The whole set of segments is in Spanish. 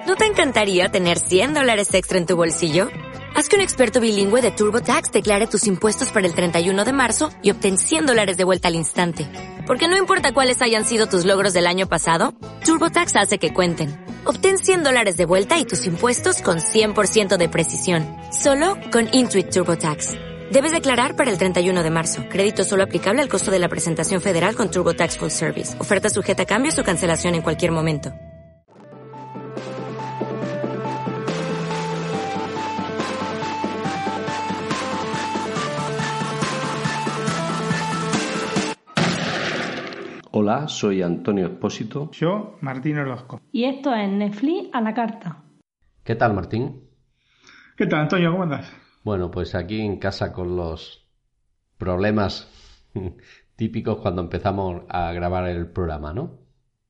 ¿No te encantaría tener $100 extra en tu bolsillo? Haz que un experto bilingüe de TurboTax declare tus impuestos para el 31 de marzo y obtén $100 de vuelta al instante. Porque no importa cuáles hayan sido tus logros del año pasado, TurboTax hace que cuenten. Obtén $100 de vuelta y tus impuestos con 100% de precisión. Solo con Intuit TurboTax. Debes declarar para el 31 de marzo. Crédito solo aplicable al costo de la presentación federal con TurboTax Full Service. Oferta sujeta a cambios o cancelación en cualquier momento. Hola, soy Antonio Expósito. Yo, Martín Orozco. Y esto es Netflix a la carta. ¿Qué tal, Martín? ¿Qué tal, Antonio? ¿Cómo andas? Bueno, pues aquí en casa con los problemas típicos cuando empezamos a grabar el programa, ¿no?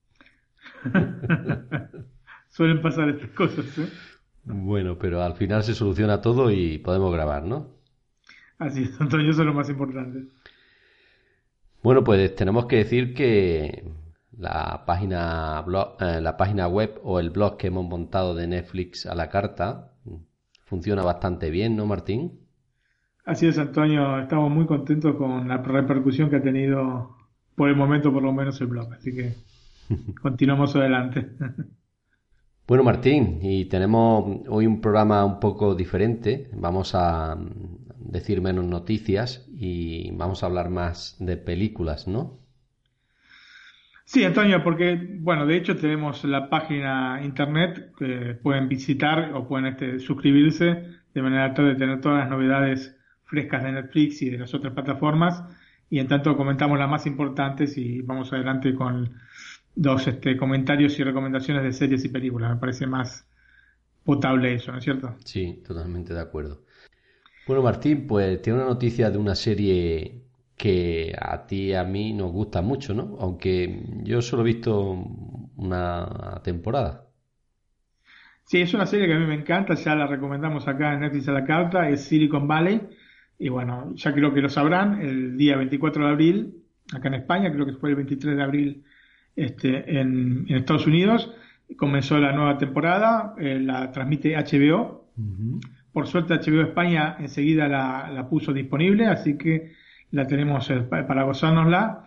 Suelen pasar estas cosas, ¿eh? Bueno, pero al final se soluciona todo y podemos grabar, ¿no? Así es, Antonio, eso es lo más importante. Bueno, pues tenemos que decir que la página web o el blog que hemos montado de Netflix a la carta funciona bastante bien, ¿no, Martín? Así es, Antonio, estamos muy contentos con la repercusión que ha tenido por el momento, por lo menos, el blog, así que continuamos adelante. Bueno, Martín, y tenemos hoy un programa un poco diferente. Vamos a decir menos noticias y vamos a hablar más de películas, ¿no? Sí, Antonio, porque, bueno, de hecho tenemos la página internet que pueden visitar o pueden suscribirse de manera tal de tener todas las novedades frescas de Netflix y de las otras plataformas, y en tanto comentamos las más importantes y vamos adelante con los comentarios y recomendaciones de series y películas. Me parece más potable eso, ¿no es cierto? Sí, totalmente de acuerdo. Bueno, Martín, pues tiene una noticia de una serie que a ti y a mí nos gusta mucho, ¿no? Aunque yo solo he visto una temporada. Sí, es una serie que a mí me encanta, ya la recomendamos acá en Netflix a la carta, es Silicon Valley, y bueno, ya creo que lo sabrán, el día 24 de abril, acá en España, creo que fue el 23 de abril en Estados Unidos, comenzó la nueva temporada, la transmite HBO. Uh-huh. Por suerte HBO España enseguida la puso disponible, así que la tenemos para gozárnosla.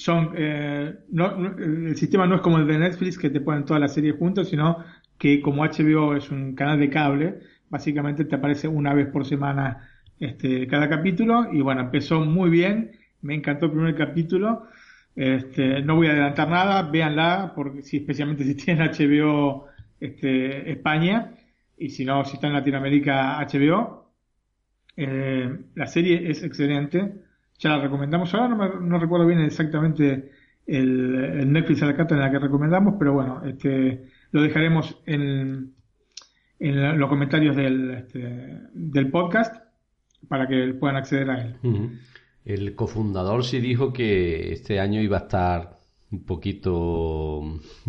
El sistema no es como el de Netflix, que te ponen todas las series juntas, sino que como HBO es un canal de cable, básicamente te aparece una vez por semana cada capítulo, y bueno, empezó muy bien, me encantó el primer capítulo. No voy a adelantar nada, véanla, porque especialmente si tienen HBO España, y si no, si está en Latinoamérica, HBO. La serie es excelente, ya la recomendamos. Ahora no recuerdo bien exactamente el Netflix a la carta en la que recomendamos, pero bueno, lo dejaremos en los comentarios del podcast para que puedan acceder a él. Uh-huh. El cofundador sí dijo que este año iba a estar un poquito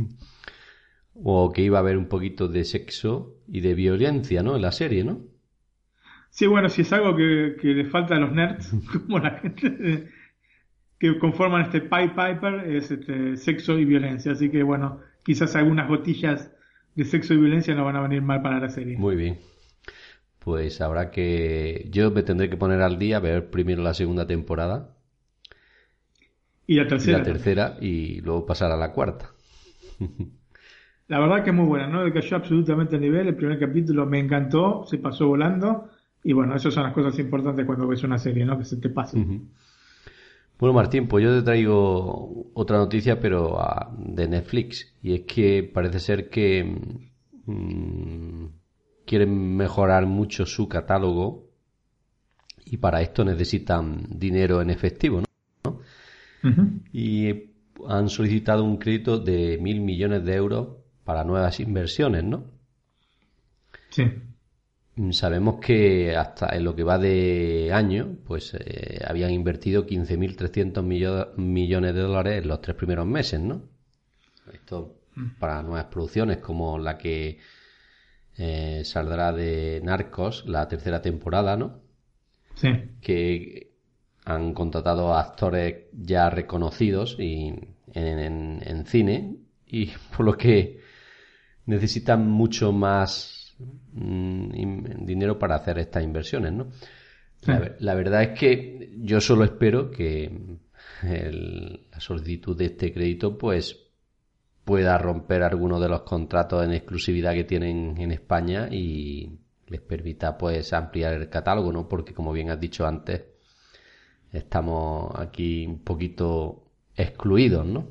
o que iba a haber un poquito de sexo y de violencia, ¿no? En la serie, ¿no? Sí, bueno, si es algo que le falta a los nerds, como la gente que conforman Pied Piper, es sexo y violencia. Así que bueno, quizás algunas gotillas de sexo y violencia no van a venir mal para la serie. Muy bien. Pues habrá que... Yo me tendré que poner al día, ver primero la segunda temporada. Y la tercera. Y la tercera, y luego pasar a la cuarta. La verdad que es muy buena, no le cayó absolutamente al nivel. El primer capítulo me encantó, se pasó volando. Y bueno, esas son las cosas importantes cuando ves una serie, ¿no? Que se te pase. Uh-huh. Bueno, Martín, pues yo te traigo otra noticia, pero de Netflix. Y es que parece ser que quieren mejorar mucho su catálogo y para esto necesitan dinero en efectivo, ¿no? Uh-huh. Y han solicitado un crédito de 1.000 millones de euros para nuevas inversiones, ¿no? Sí. Sabemos que hasta en lo que va de año, pues habían invertido 15.300 millones de dólares en los 3 primeros meses, ¿no? Esto para nuevas producciones como la que saldrá de Narcos, la tercera temporada, ¿no? Sí. Que han contratado a actores ya reconocidos y en cine, y por lo que necesitan mucho más dinero para hacer estas inversiones, ¿no? Sí. La verdad es que yo solo espero que la solicitud de este crédito pues pueda romper algunos de los contratos en exclusividad que tienen en España y les permita pues ampliar el catálogo, ¿no? Porque como bien has dicho antes, estamos aquí un poquito excluidos, ¿no?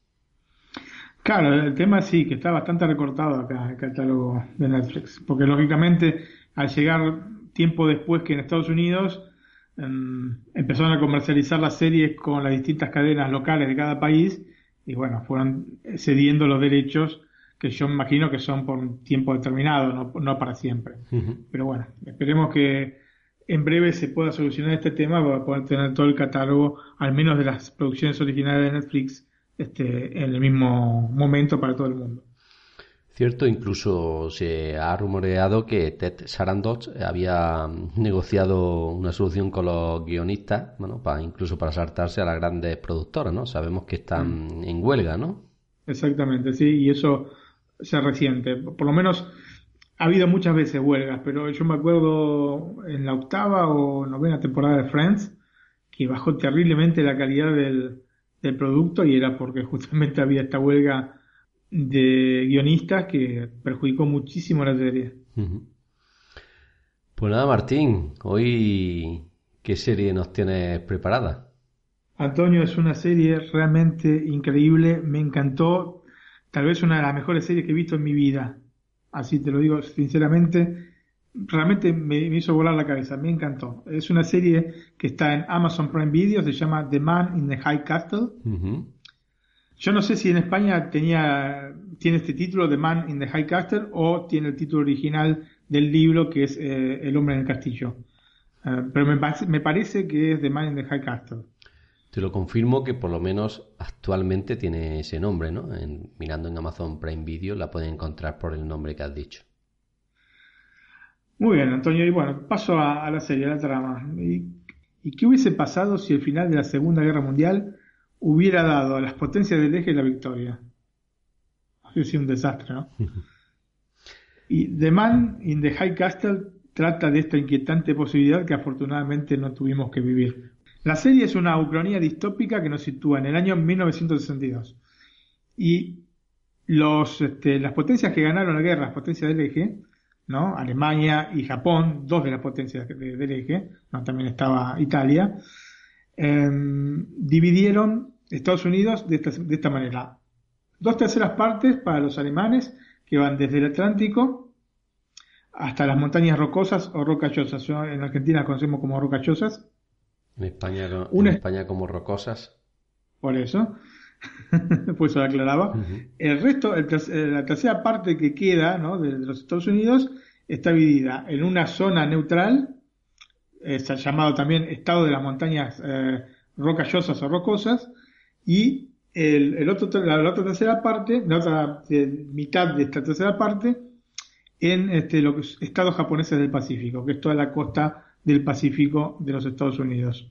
Claro, el tema sí, que está bastante recortado acá el catálogo de Netflix, porque lógicamente al llegar tiempo después que en Estados Unidos empezaron a comercializar las series con las distintas cadenas locales de cada país y bueno, fueron cediendo los derechos que yo me imagino que son por un tiempo determinado, no para siempre. Uh-huh. Pero bueno, esperemos que en breve se pueda solucionar este tema para poder tener todo el catálogo, al menos de las producciones originales de Netflix, en el mismo momento para todo el mundo. Cierto, incluso se ha rumoreado que Ted Sarandos había negociado una solución con los guionistas, bueno, incluso para saltarse a las grandes productoras, ¿no? Sabemos que están en huelga, ¿no? Exactamente, sí, y eso se resiente. Por lo menos ha habido muchas veces huelgas, pero yo me acuerdo en la 8ª o 9ª temporada de Friends que bajó terriblemente la calidad del producto y era porque justamente había esta huelga de guionistas que perjudicó muchísimo la serie. Uh-huh. Pues nada, Martín, hoy ¿qué serie nos tienes preparada? Antonio, es una serie realmente increíble, me encantó, tal vez una de las mejores series que he visto en mi vida, así te lo digo sinceramente, realmente me hizo volar la cabeza, me encantó. Es una serie que está en Amazon Prime Video, se llama The Man in the High Castle. Uh-huh. Yo no sé si en España tiene este título, The Man in the High Castle, o tiene el título original del libro que es El hombre en el castillo. Pero me parece que es The Man in the High Castle. Te lo confirmo que por lo menos actualmente tiene ese nombre, ¿no? Mirando en Amazon Prime Video la pueden encontrar por el nombre que has dicho. Muy bien, Antonio. Y bueno, paso a la serie, a la trama. ¿Y qué hubiese pasado si el final de la Segunda Guerra Mundial hubiera dado a las potencias del eje la victoria? Hubiese sido un desastre, ¿no? Y The Man in the High Castle trata de esta inquietante posibilidad que afortunadamente no tuvimos que vivir. La serie es una ucronía distópica que nos sitúa en el año 1962. Y las potencias que ganaron la guerra, las potencias del eje, ¿no? Alemania y Japón, dos de las potencias del eje, ¿no? También estaba Italia, dividieron Estados Unidos de esta manera. 2/3 partes para los alemanes, que van desde el Atlántico hasta las montañas rocosas o rocallosas. En Argentina las conocemos como rocallosas. En España como rocosas. Por eso, pues lo aclaraba. Uh-huh. El resto, la tercera parte que queda, ¿no? de los Estados Unidos está dividida en una zona neutral, llamado también estado de las montañas rocallosas o rocosas, y la otra tercera parte, la otra mitad de esta tercera parte, en los estados japoneses del Pacífico, que es toda la costa del Pacífico de los Estados Unidos.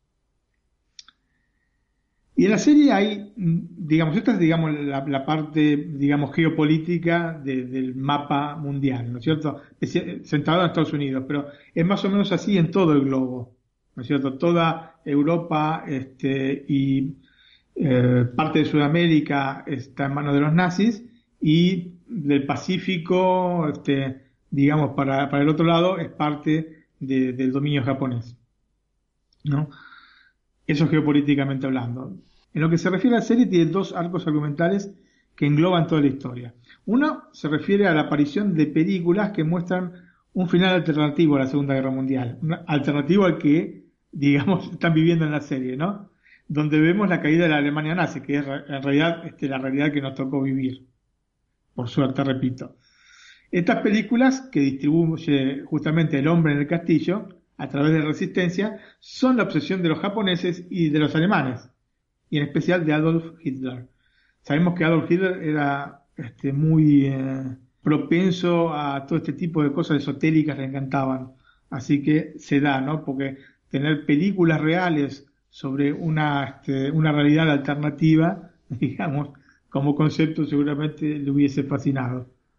Y en la serie hay, digamos, esta es, digamos, la parte, digamos, geopolítica del mapa mundial, ¿no es cierto? Centrado en Estados Unidos, pero es más o menos así en todo el globo, ¿no es cierto? Toda Europa y parte de Sudamérica está en manos de los nazis y del Pacífico, digamos, para el otro lado es parte del dominio japonés, ¿no? Eso geopolíticamente hablando. En lo que se refiere a la serie, tiene dos arcos argumentales que engloban toda la historia. Uno se refiere a la aparición de películas que muestran un final alternativo a la Segunda Guerra Mundial, un alternativo al que, digamos, están viviendo en la serie, ¿no? Donde vemos la caída de la Alemania nazi, que es en realidad la realidad que nos tocó vivir. Por suerte, repito. Estas películas que distribuye justamente El hombre en el castillo, a través de la Resistencia, son la obsesión de los japoneses y de los alemanes, y en especial de Adolf Hitler. Sabemos que Adolf Hitler era muy propenso a todo este tipo de cosas esotéricas, le encantaban. Así que se da, ¿no? Porque tener películas reales sobre una realidad alternativa, digamos, como concepto seguramente le hubiese fascinado.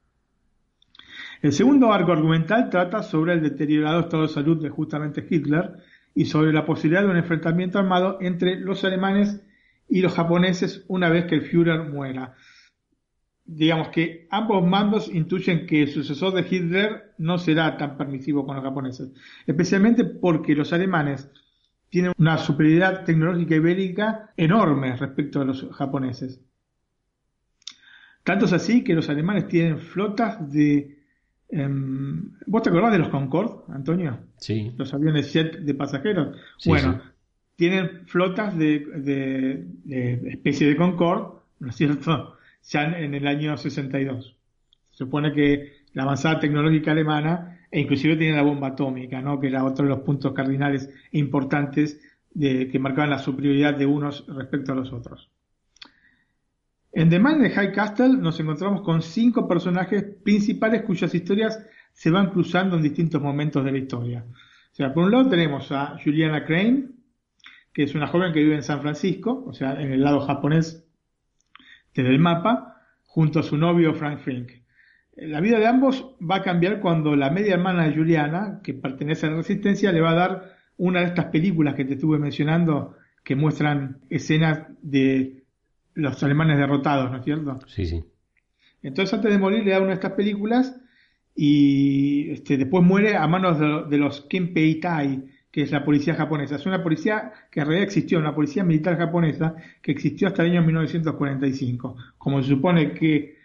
El segundo arco argumental trata sobre el deteriorado estado de salud de justamente Hitler y sobre la posibilidad de un enfrentamiento armado entre los alemanes y los japoneses una vez que el Führer muera. Digamos que ambos mandos intuyen que el sucesor de Hitler no será tan permisivo con los japoneses, especialmente porque los alemanes tienen una superioridad tecnológica y bélica enorme respecto a los japoneses. Tanto es así que los alemanes tienen flotas de... ¿Vos te acordás de los Concorde, Antonio? Sí. Los aviones jet de pasajeros. Sí, bueno, sí. Tienen flotas de especie de Concorde, ¿no es cierto?, ya en el año 62. Se supone que la avanzada tecnológica alemana, e inclusive tiene la bomba atómica, ¿no?, que era otro de los puntos cardinales e importantes que marcaban la superioridad de unos respecto a los otros. En The Man in the High Castle nos encontramos con 5 personajes principales cuyas historias se van cruzando en distintos momentos de la historia. O sea, por un lado tenemos a Juliana Crane, que es una joven que vive en San Francisco, o sea, en el lado japonés del mapa, junto a su novio Frank Frink. La vida de ambos va a cambiar cuando la media hermana de Juliana, que pertenece a la Resistencia, le va a dar una de estas películas que te estuve mencionando, que muestran escenas de los alemanes derrotados, ¿no es cierto? Sí, sí. Entonces, antes de morir, le da una de estas películas y después muere a manos de los Kenpeitai, que es la policía japonesa. Es una policía que en realidad existió, una policía militar japonesa que existió hasta el año 1945. Como se supone que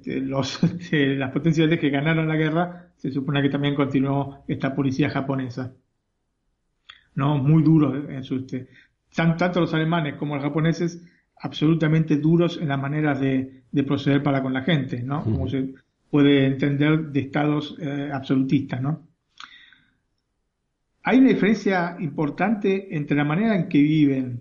las potencias del eje ganaron la guerra, se supone que también continuó esta policía japonesa. ¿No? Muy duro en su... tanto los alemanes como los japoneses, absolutamente duros en las maneras de proceder para con la gente, ¿no? Como se puede entender de estados absolutistas, ¿no? Hay una diferencia importante entre la manera en que viven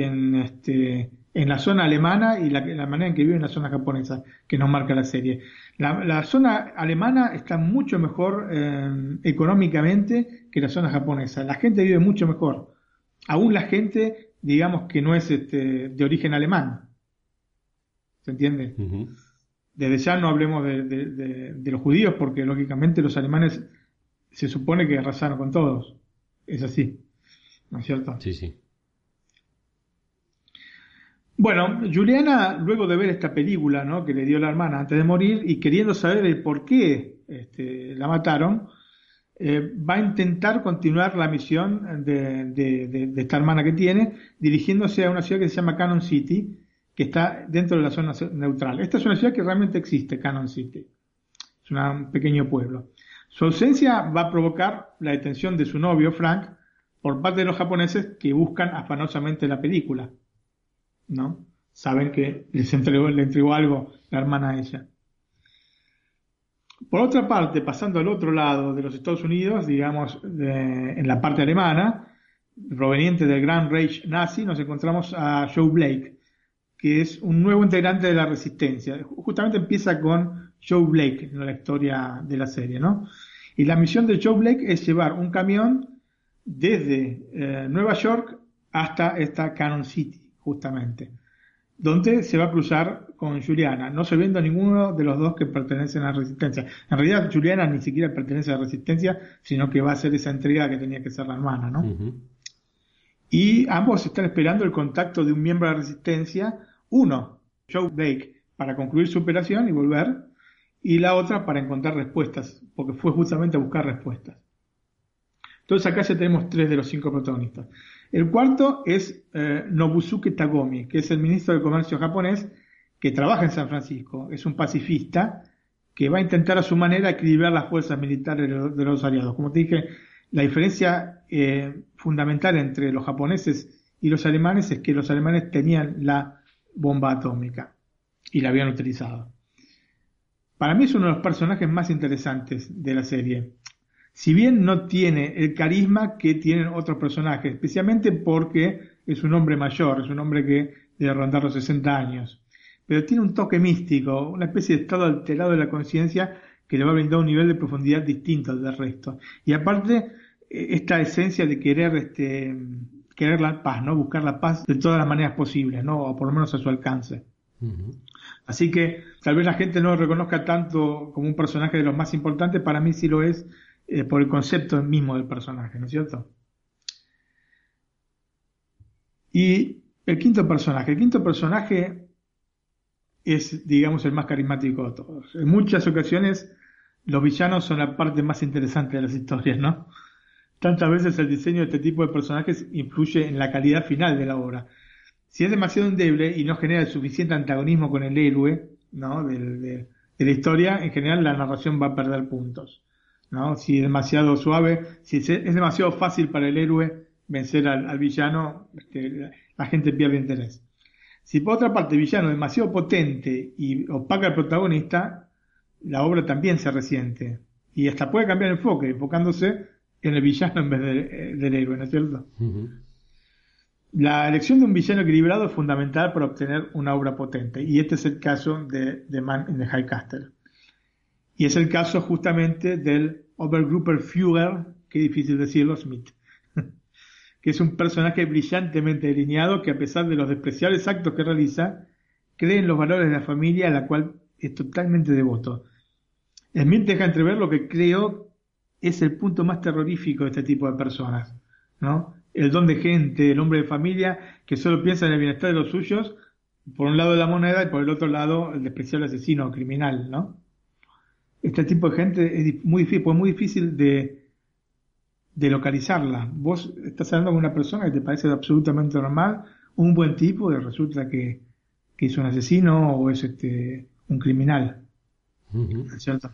en la zona alemana y la manera en que viven en la zona japonesa, que nos marca la serie. La zona alemana está mucho mejor económicamente que la zona japonesa. La gente vive mucho mejor. Aún la gente, digamos, que no es de origen alemán. ¿Se entiende? Uh-huh. Desde ya no hablemos de los judíos, porque lógicamente los alemanes se supone que arrasaron con todos. Es así, ¿no es cierto? Sí, sí. Bueno, Juliana, luego de ver esta película, ¿no?, que le dio la hermana antes de morir y queriendo saber el por qué la mataron, va a intentar continuar la misión de esta hermana que tiene, dirigiéndose a una ciudad que se llama Cannon City, que está dentro de la zona neutral. Esta es una ciudad que realmente existe, Cannon City. Es un pequeño pueblo. Su ausencia va a provocar la detención de su novio, Frank, por parte de los japoneses que buscan afanosamente la película, ¿no? Saben que le entregó algo la hermana a ella. Por otra parte, pasando al otro lado de los Estados Unidos, digamos, en la parte alemana, proveniente del Gran Reich nazi, nos encontramos a Joe Blake, que es un nuevo integrante de la Resistencia. Justamente empieza con Joe Blake en la historia de la serie, ¿no? Y la misión de Joe Blake es llevar un camión desde Nueva York hasta esta Cannon City, justamente, donde se va a cruzar con Juliana, no sabiendo ninguno de los dos que pertenecen a la Resistencia. En realidad, Juliana ni siquiera pertenece a la Resistencia, sino que va a hacer esa entrega que tenía que ser la hermana, ¿no? Uh-huh. Y ambos están esperando el contacto de un miembro de la Resistencia, uno, Joe Blake, para concluir su operación y volver, y la otra para encontrar respuestas, porque fue justamente a buscar respuestas. Entonces acá ya tenemos 3 de los 5 protagonistas. El cuarto es Nobusuke Tagomi, que es el ministro de Comercio japonés que trabaja en San Francisco. Es un pacifista que va a intentar a su manera equilibrar las fuerzas militares de los aliados. Como te dije, la diferencia fundamental entre los japoneses y los alemanes es que los alemanes tenían la bomba atómica y la habían utilizado. Para mí es uno de los personajes más interesantes de la serie. Si bien no tiene el carisma que tienen otros personajes, especialmente porque es un hombre mayor, es un hombre que debe rondar los 60 años, pero tiene un toque místico, una especie de estado alterado de la conciencia que le va a brindar un nivel de profundidad distinto al del resto. Y aparte, esta esencia de querer la paz, ¿no? Buscar la paz de todas las maneras posibles, ¿no? O por lo menos a su alcance. Uh-huh. Así que tal vez la gente no lo reconozca tanto como un personaje de los más importantes, para mí sí lo es por el concepto mismo del personaje, ¿no es cierto? Y el quinto personaje es, digamos, el más carismático de todos. En muchas ocasiones los villanos son la parte más interesante de las historias, ¿no? Tantas veces el diseño de este tipo de personajes influye en la calidad final de la obra. Si es demasiado endeble y no genera el suficiente antagonismo con el héroe, ¿no? de la historia, en general la narración va a perder puntos, ¿no? Si es demasiado suave, si es demasiado fácil para el héroe vencer al villano, la gente pierde interés. Si por otra parte el villano es demasiado potente y opaca al protagonista, la obra también se resiente. Y hasta puede cambiar el enfoque, enfocándose en el villano en vez del héroe, ¿no es cierto? Uh-huh. La elección de un villano equilibrado es fundamental para obtener una obra potente, y este es el caso de The Man in the High Castle. Y es el caso justamente del Obergruppenführer, qué difícil decirlo, Smith, que es un personaje brillantemente delineado que, a pesar de los despreciables actos que realiza, cree en los valores de la familia a la cual es totalmente devoto. Smith deja entrever lo que creo es el punto más terrorífico de este tipo de personas, ¿no? El don de gente, el hombre de familia que solo piensa en el bienestar de los suyos, por un lado de la moneda y por el otro lado el despreciable asesino o criminal, ¿no? Este tipo de gente es muy difícil de localizarla. Vos estás hablando con una persona que te parece absolutamente normal, un buen tipo, y resulta que es un asesino o es un criminal, ¿cierto?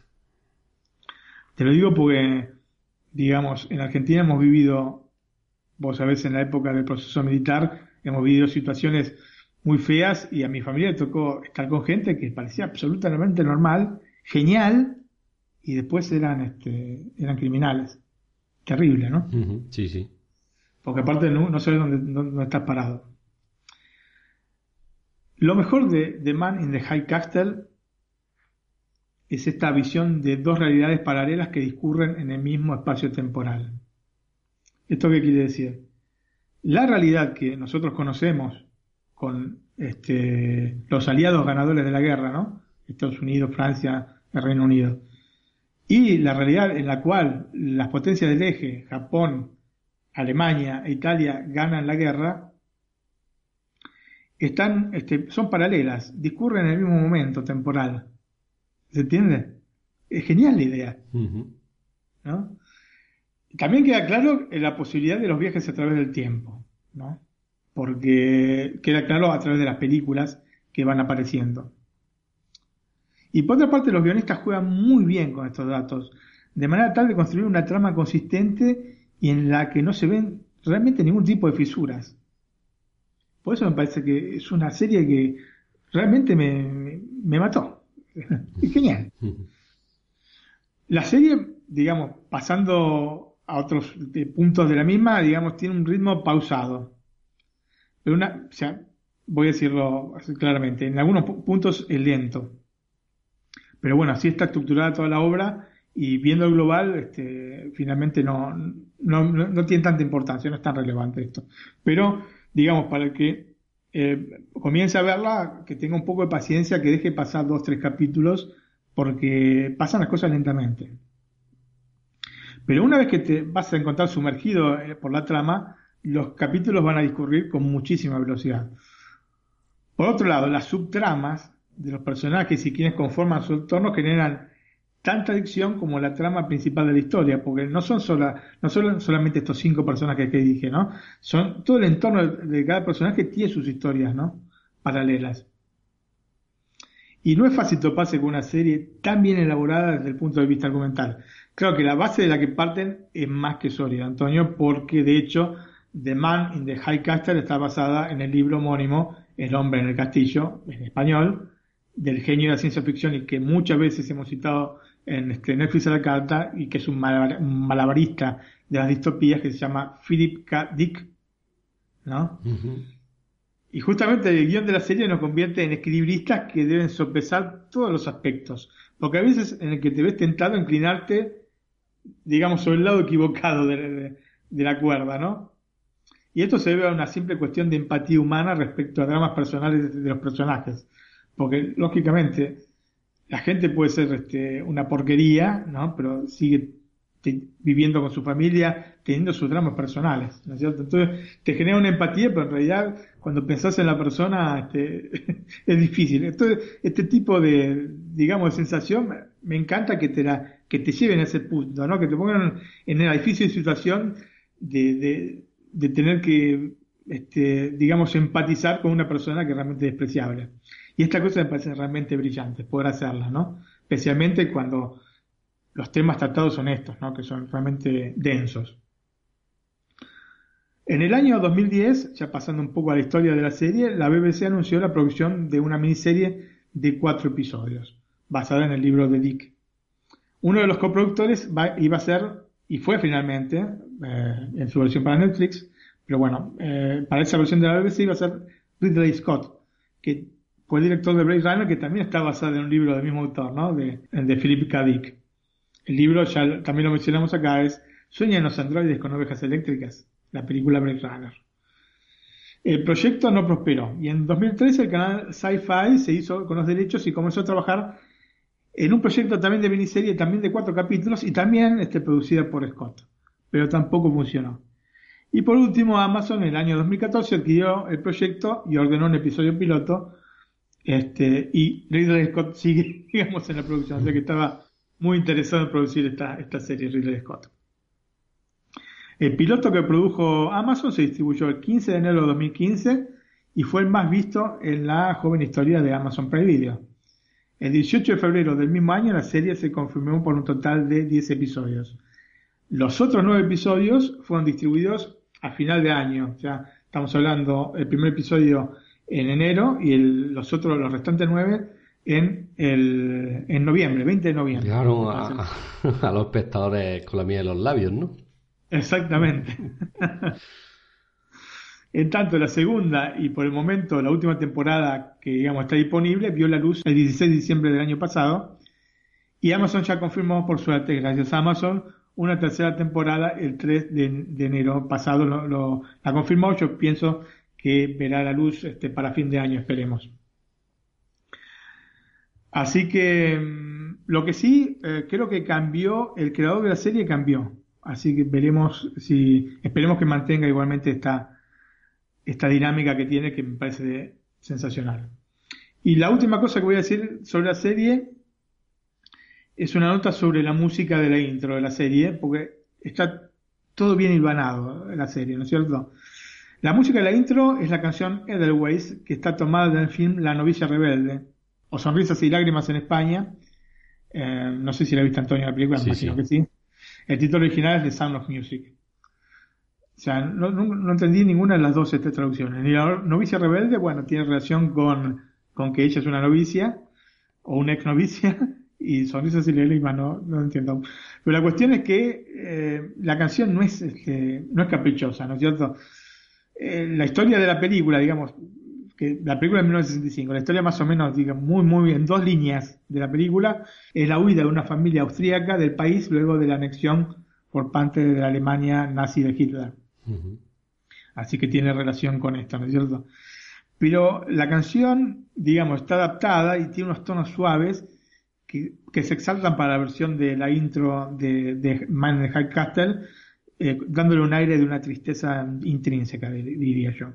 Te lo digo porque, digamos, en Argentina hemos vivido, vos sabés, en la época del proceso militar, hemos vivido situaciones muy feas y a mi familia le tocó estar con gente que parecía absolutamente normal, genial, y después eran criminales. Terrible, ¿no? Uh-huh. Sí, sí. Porque aparte no sabes dónde estás parado. Lo mejor de The Man in the High Castle es esta visión de dos realidades paralelas que discurren en el mismo espacio temporal. ¿Esto qué quiere decir? La realidad que nosotros conocemos con los aliados ganadores de la guerra, ¿no? Estados Unidos, Francia, el Reino Unido. Y la realidad en la cual las potencias del eje, Japón, Alemania e Italia, ganan la guerra, son paralelas, discurren en el mismo momento temporal. ¿Se entiende? Es genial la idea, ¿no? También queda claro la posibilidad de los viajes a través del tiempo, ¿no? Porque queda claro a través de las películas que van apareciendo. Y por otra parte, los guionistas juegan muy bien con estos datos, de manera tal de construir una trama consistente y en la que no se ven realmente ningún tipo de fisuras. Por eso me parece que es una serie que realmente me mató. Es genial. La serie, digamos, pasando a otros puntos de la misma, digamos, tiene un ritmo pausado. Pero voy a decirlo claramente, en algunos puntos es lento. Pero bueno, así está estructurada toda la obra y viendo el global, finalmente no tiene tanta importancia, no es tan relevante esto. Pero, digamos, para el que comience a verla, que tenga un poco de paciencia, que deje pasar 2-3 capítulos, porque pasan las cosas lentamente. Pero una vez que te vas a encontrar sumergido por la trama, los capítulos van a discurrir con muchísima velocidad. Por otro lado, las subtramas de los personajes y quienes conforman su entorno generan tanta adicción como la trama principal de la historia, porque no son solamente estos 5 personajes que dije, ¿no? Son todo el entorno de cada personaje tiene sus historias, ¿no? Paralelas. Y no es fácil toparse con una serie tan bien elaborada desde el punto de vista argumental. Claro que la base de la que parten es más que sólida, Antonio, porque de hecho The Man in the High Castle está basada en el libro homónimo El hombre en el castillo, en español, del genio de la ciencia ficción y que muchas veces hemos citado en Netflix a la carta, y que es un malabarista de las distopías que se llama Philip K. Dick, ¿no? Uh-huh. Y justamente el guión de la serie nos convierte en equilibristas que deben sopesar todos los aspectos, porque a veces en el que te ves tentado a inclinarte, digamos, sobre el lado equivocado de la cuerda, ¿no? Y esto se debe a una simple cuestión de empatía humana respecto a dramas personales de los personajes. porque lógicamente la gente puede ser una porquería, ¿no? Pero sigue viviendo con su familia, teniendo sus dramas personales, ¿no es cierto? Entonces te genera una empatía, pero en realidad cuando pensás en la persona es difícil. Entonces este tipo de, digamos, de sensación me encanta que te lleven a ese punto, ¿no? Que te pongan en la difícil situación de tener que, digamos, empatizar con una persona que realmente es despreciable. Y esta cosa me parece realmente brillante, poder hacerla, ¿no? Especialmente cuando los temas tratados son estos, ¿no? Que son realmente densos. En el año 2010, ya pasando un poco a la historia de la serie, la BBC anunció la producción de una miniserie de 4 episodios, basada en el libro de Dick. Uno de los coproductores iba a ser, y fue finalmente, en su versión para Netflix, pero bueno, para esa versión de la BBC iba a ser Ridley Scott, que fue el director de Blade Runner, que también está basado en un libro del mismo autor, ¿no? de Philip K. Dick. El libro, ya también lo mencionamos acá, es ¿Sueñan los androides con ovejas eléctricas? La película Blade Runner. El proyecto no prosperó y en 2013 el canal Sci-Fi se hizo con los derechos y comenzó a trabajar en un proyecto también de miniserie, también de 4 capítulos y también producida por Scott, pero tampoco funcionó. Y por último, Amazon en el año 2014 adquirió el proyecto y ordenó un episodio piloto, y Ridley Scott sigue, digamos, en la producción, o sea que estaba muy interesado en producir esta serie, Ridley Scott. El piloto que produjo Amazon se distribuyó el 15 de enero de 2015 y fue el más visto en la joven historia de Amazon Prime Video. El 18 de febrero del mismo año la serie se confirmó por un total de 10 episodios. Los otros 9 episodios fueron distribuidos a final de año, o sea, estamos hablando el primer episodio en enero y los restantes 9 en noviembre, 20 de noviembre. Llegaron a los espectadores con la miel en los labios, ¿no? Exactamente. En tanto, la segunda y por el momento la última temporada que, digamos, está disponible vio la luz el 16 de diciembre del año pasado y Amazon ya confirmó, por suerte, gracias a Amazon, una tercera temporada el 3 de enero pasado. La confirmó. Yo pienso que verá la luz para fin de año, esperemos. Así que lo que sí, creo que cambió, el creador de la serie cambió. Así que esperemos que mantenga igualmente esta dinámica que tiene, que me parece sensacional. Y la última cosa que voy a decir sobre la serie es una nota sobre la música de la intro de la serie, porque está todo bien hilvanado en la serie, ¿no es cierto? La música de la intro es la canción Edelweiss, que está tomada del film La novicia rebelde, o Sonrisas y lágrimas en España. No sé si la viste, Antonio, la película, me imagino que sí. El título original es The Sound of Music. O sea, no entendí ninguna de las dos traducciones. Ni la novicia rebelde, bueno, tiene relación con que ella es una novicia o una ex novicia, y Sonrisas y lágrimas no entiendo. Pero la cuestión es que la canción no es caprichosa, ¿no es cierto? La historia de la película, digamos, que la película de 1965, la historia más o menos, digamos, muy en 2 líneas de la película, es la huida de una familia austríaca del país luego de la anexión por parte de la Alemania nazi de Hitler. Uh-huh. Así que tiene relación con esto, ¿no es cierto? Pero la canción, digamos, está adaptada y tiene unos tonos suaves que se exaltan para la versión de la intro de Man in the High Castle, dándole un aire de una tristeza intrínseca, diría yo.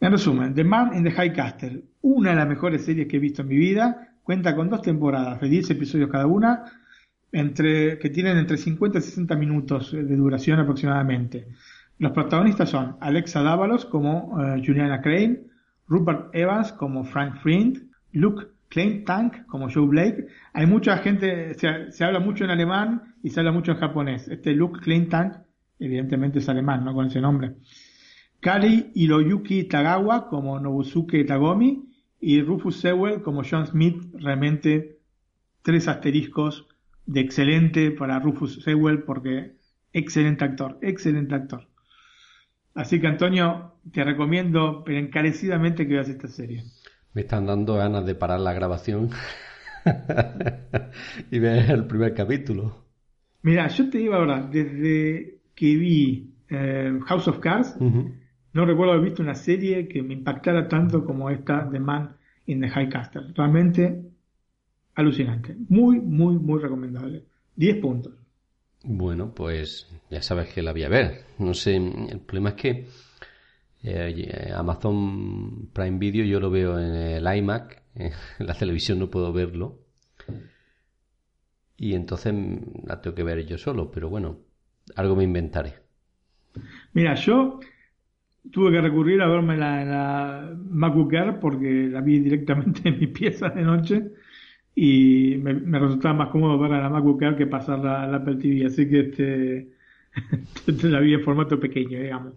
En resumen, The Man in the High Castle, una de las mejores series que he visto en mi vida, cuenta con 2 temporadas de 10 episodios cada una, que tienen entre 50 y 60 minutos de duración aproximadamente. Los protagonistas son Alexa Dávalos como Juliana Crane, Rupert Evans como Frank Friend, Luke Kleintank como Joe Blake. Hay mucha gente, se habla mucho en alemán y se habla mucho en japonés. Luke Kleintank evidentemente es alemán, ¿no? Con ese nombre. Kari Hiroyuki Tagawa como Nobusuke Tagomi y Rufus Sewell como John Smith. Realmente 3 asteriscos de excelente para Rufus Sewell porque excelente actor. Así que Antonio, te recomiendo pero encarecidamente que veas esta serie. Me están dando ganas de parar la grabación y ver el primer capítulo. Mira, yo te digo ahora, desde que vi House of Cards, no recuerdo haber visto una serie que me impactara tanto como esta The Man in the High Castle. Realmente alucinante. Muy, muy, muy recomendable. 10 puntos. Bueno, pues ya sabes que la voy a ver. No sé, el problema es que Amazon Prime Video yo lo veo en el iMac, en la televisión no puedo verlo. Y entonces la tengo que ver yo solo, pero bueno, algo me inventaré. Mira, yo tuve que recurrir a verme la MacBook Air porque la vi directamente en mi pieza de noche y me resultaba más cómodo ver a la MacBook Air que pasarla al Apple TV, así que la vi en formato pequeño, digamos.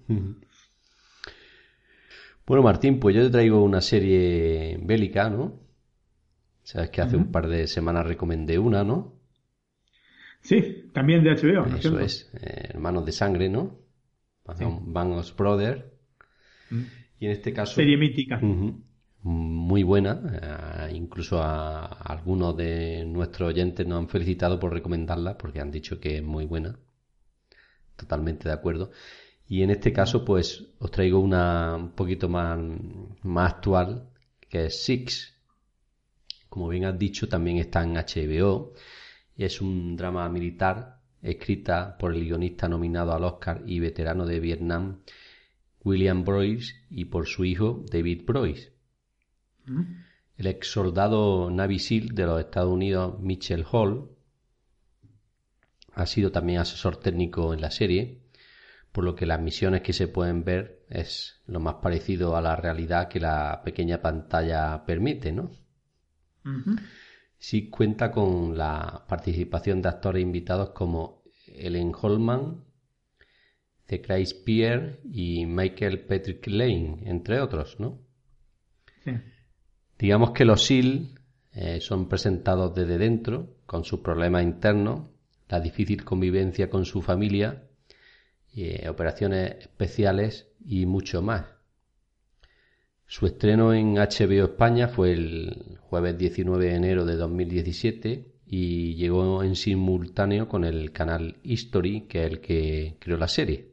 Bueno, Martín, pues yo te traigo una serie bélica, ¿no? Sabes que hace un par de semanas recomendé una, ¿no? Sí, también de HBO, ¿no? Eso es, Hermanos de Sangre, ¿no? Band of Brothers. Y en este caso... Serie mítica. Muy buena. Incluso a algunos de nuestros oyentes nos han felicitado por recomendarla porque han dicho que es muy buena. Totalmente de acuerdo. Y en este caso, pues, os traigo una un poquito más actual, que es Six. Como bien has dicho, también está en HBO. Y es un drama militar escrita por el guionista nominado al Oscar y veterano de Vietnam, William Boyce, y por su hijo, David Boyce. El ex soldado Navy SEAL de los Estados Unidos, Mitchell Hall, ha sido también asesor técnico en la serie, por lo que las misiones que se pueden ver es lo más parecido a la realidad que la pequeña pantalla permite, ¿no? Sí cuenta con la participación de actores invitados como Ellen Holman, Zachary Pierre y Michael Patrick Lane, entre otros, ¿no? Sí. Digamos que los SEAL son presentados desde dentro, con sus problemas internos, la difícil convivencia con su familia, operaciones especiales y mucho más. Su estreno en HBO España fue el jueves 19 de enero de 2017 y llegó en simultáneo con el canal History, que es el que creó la serie.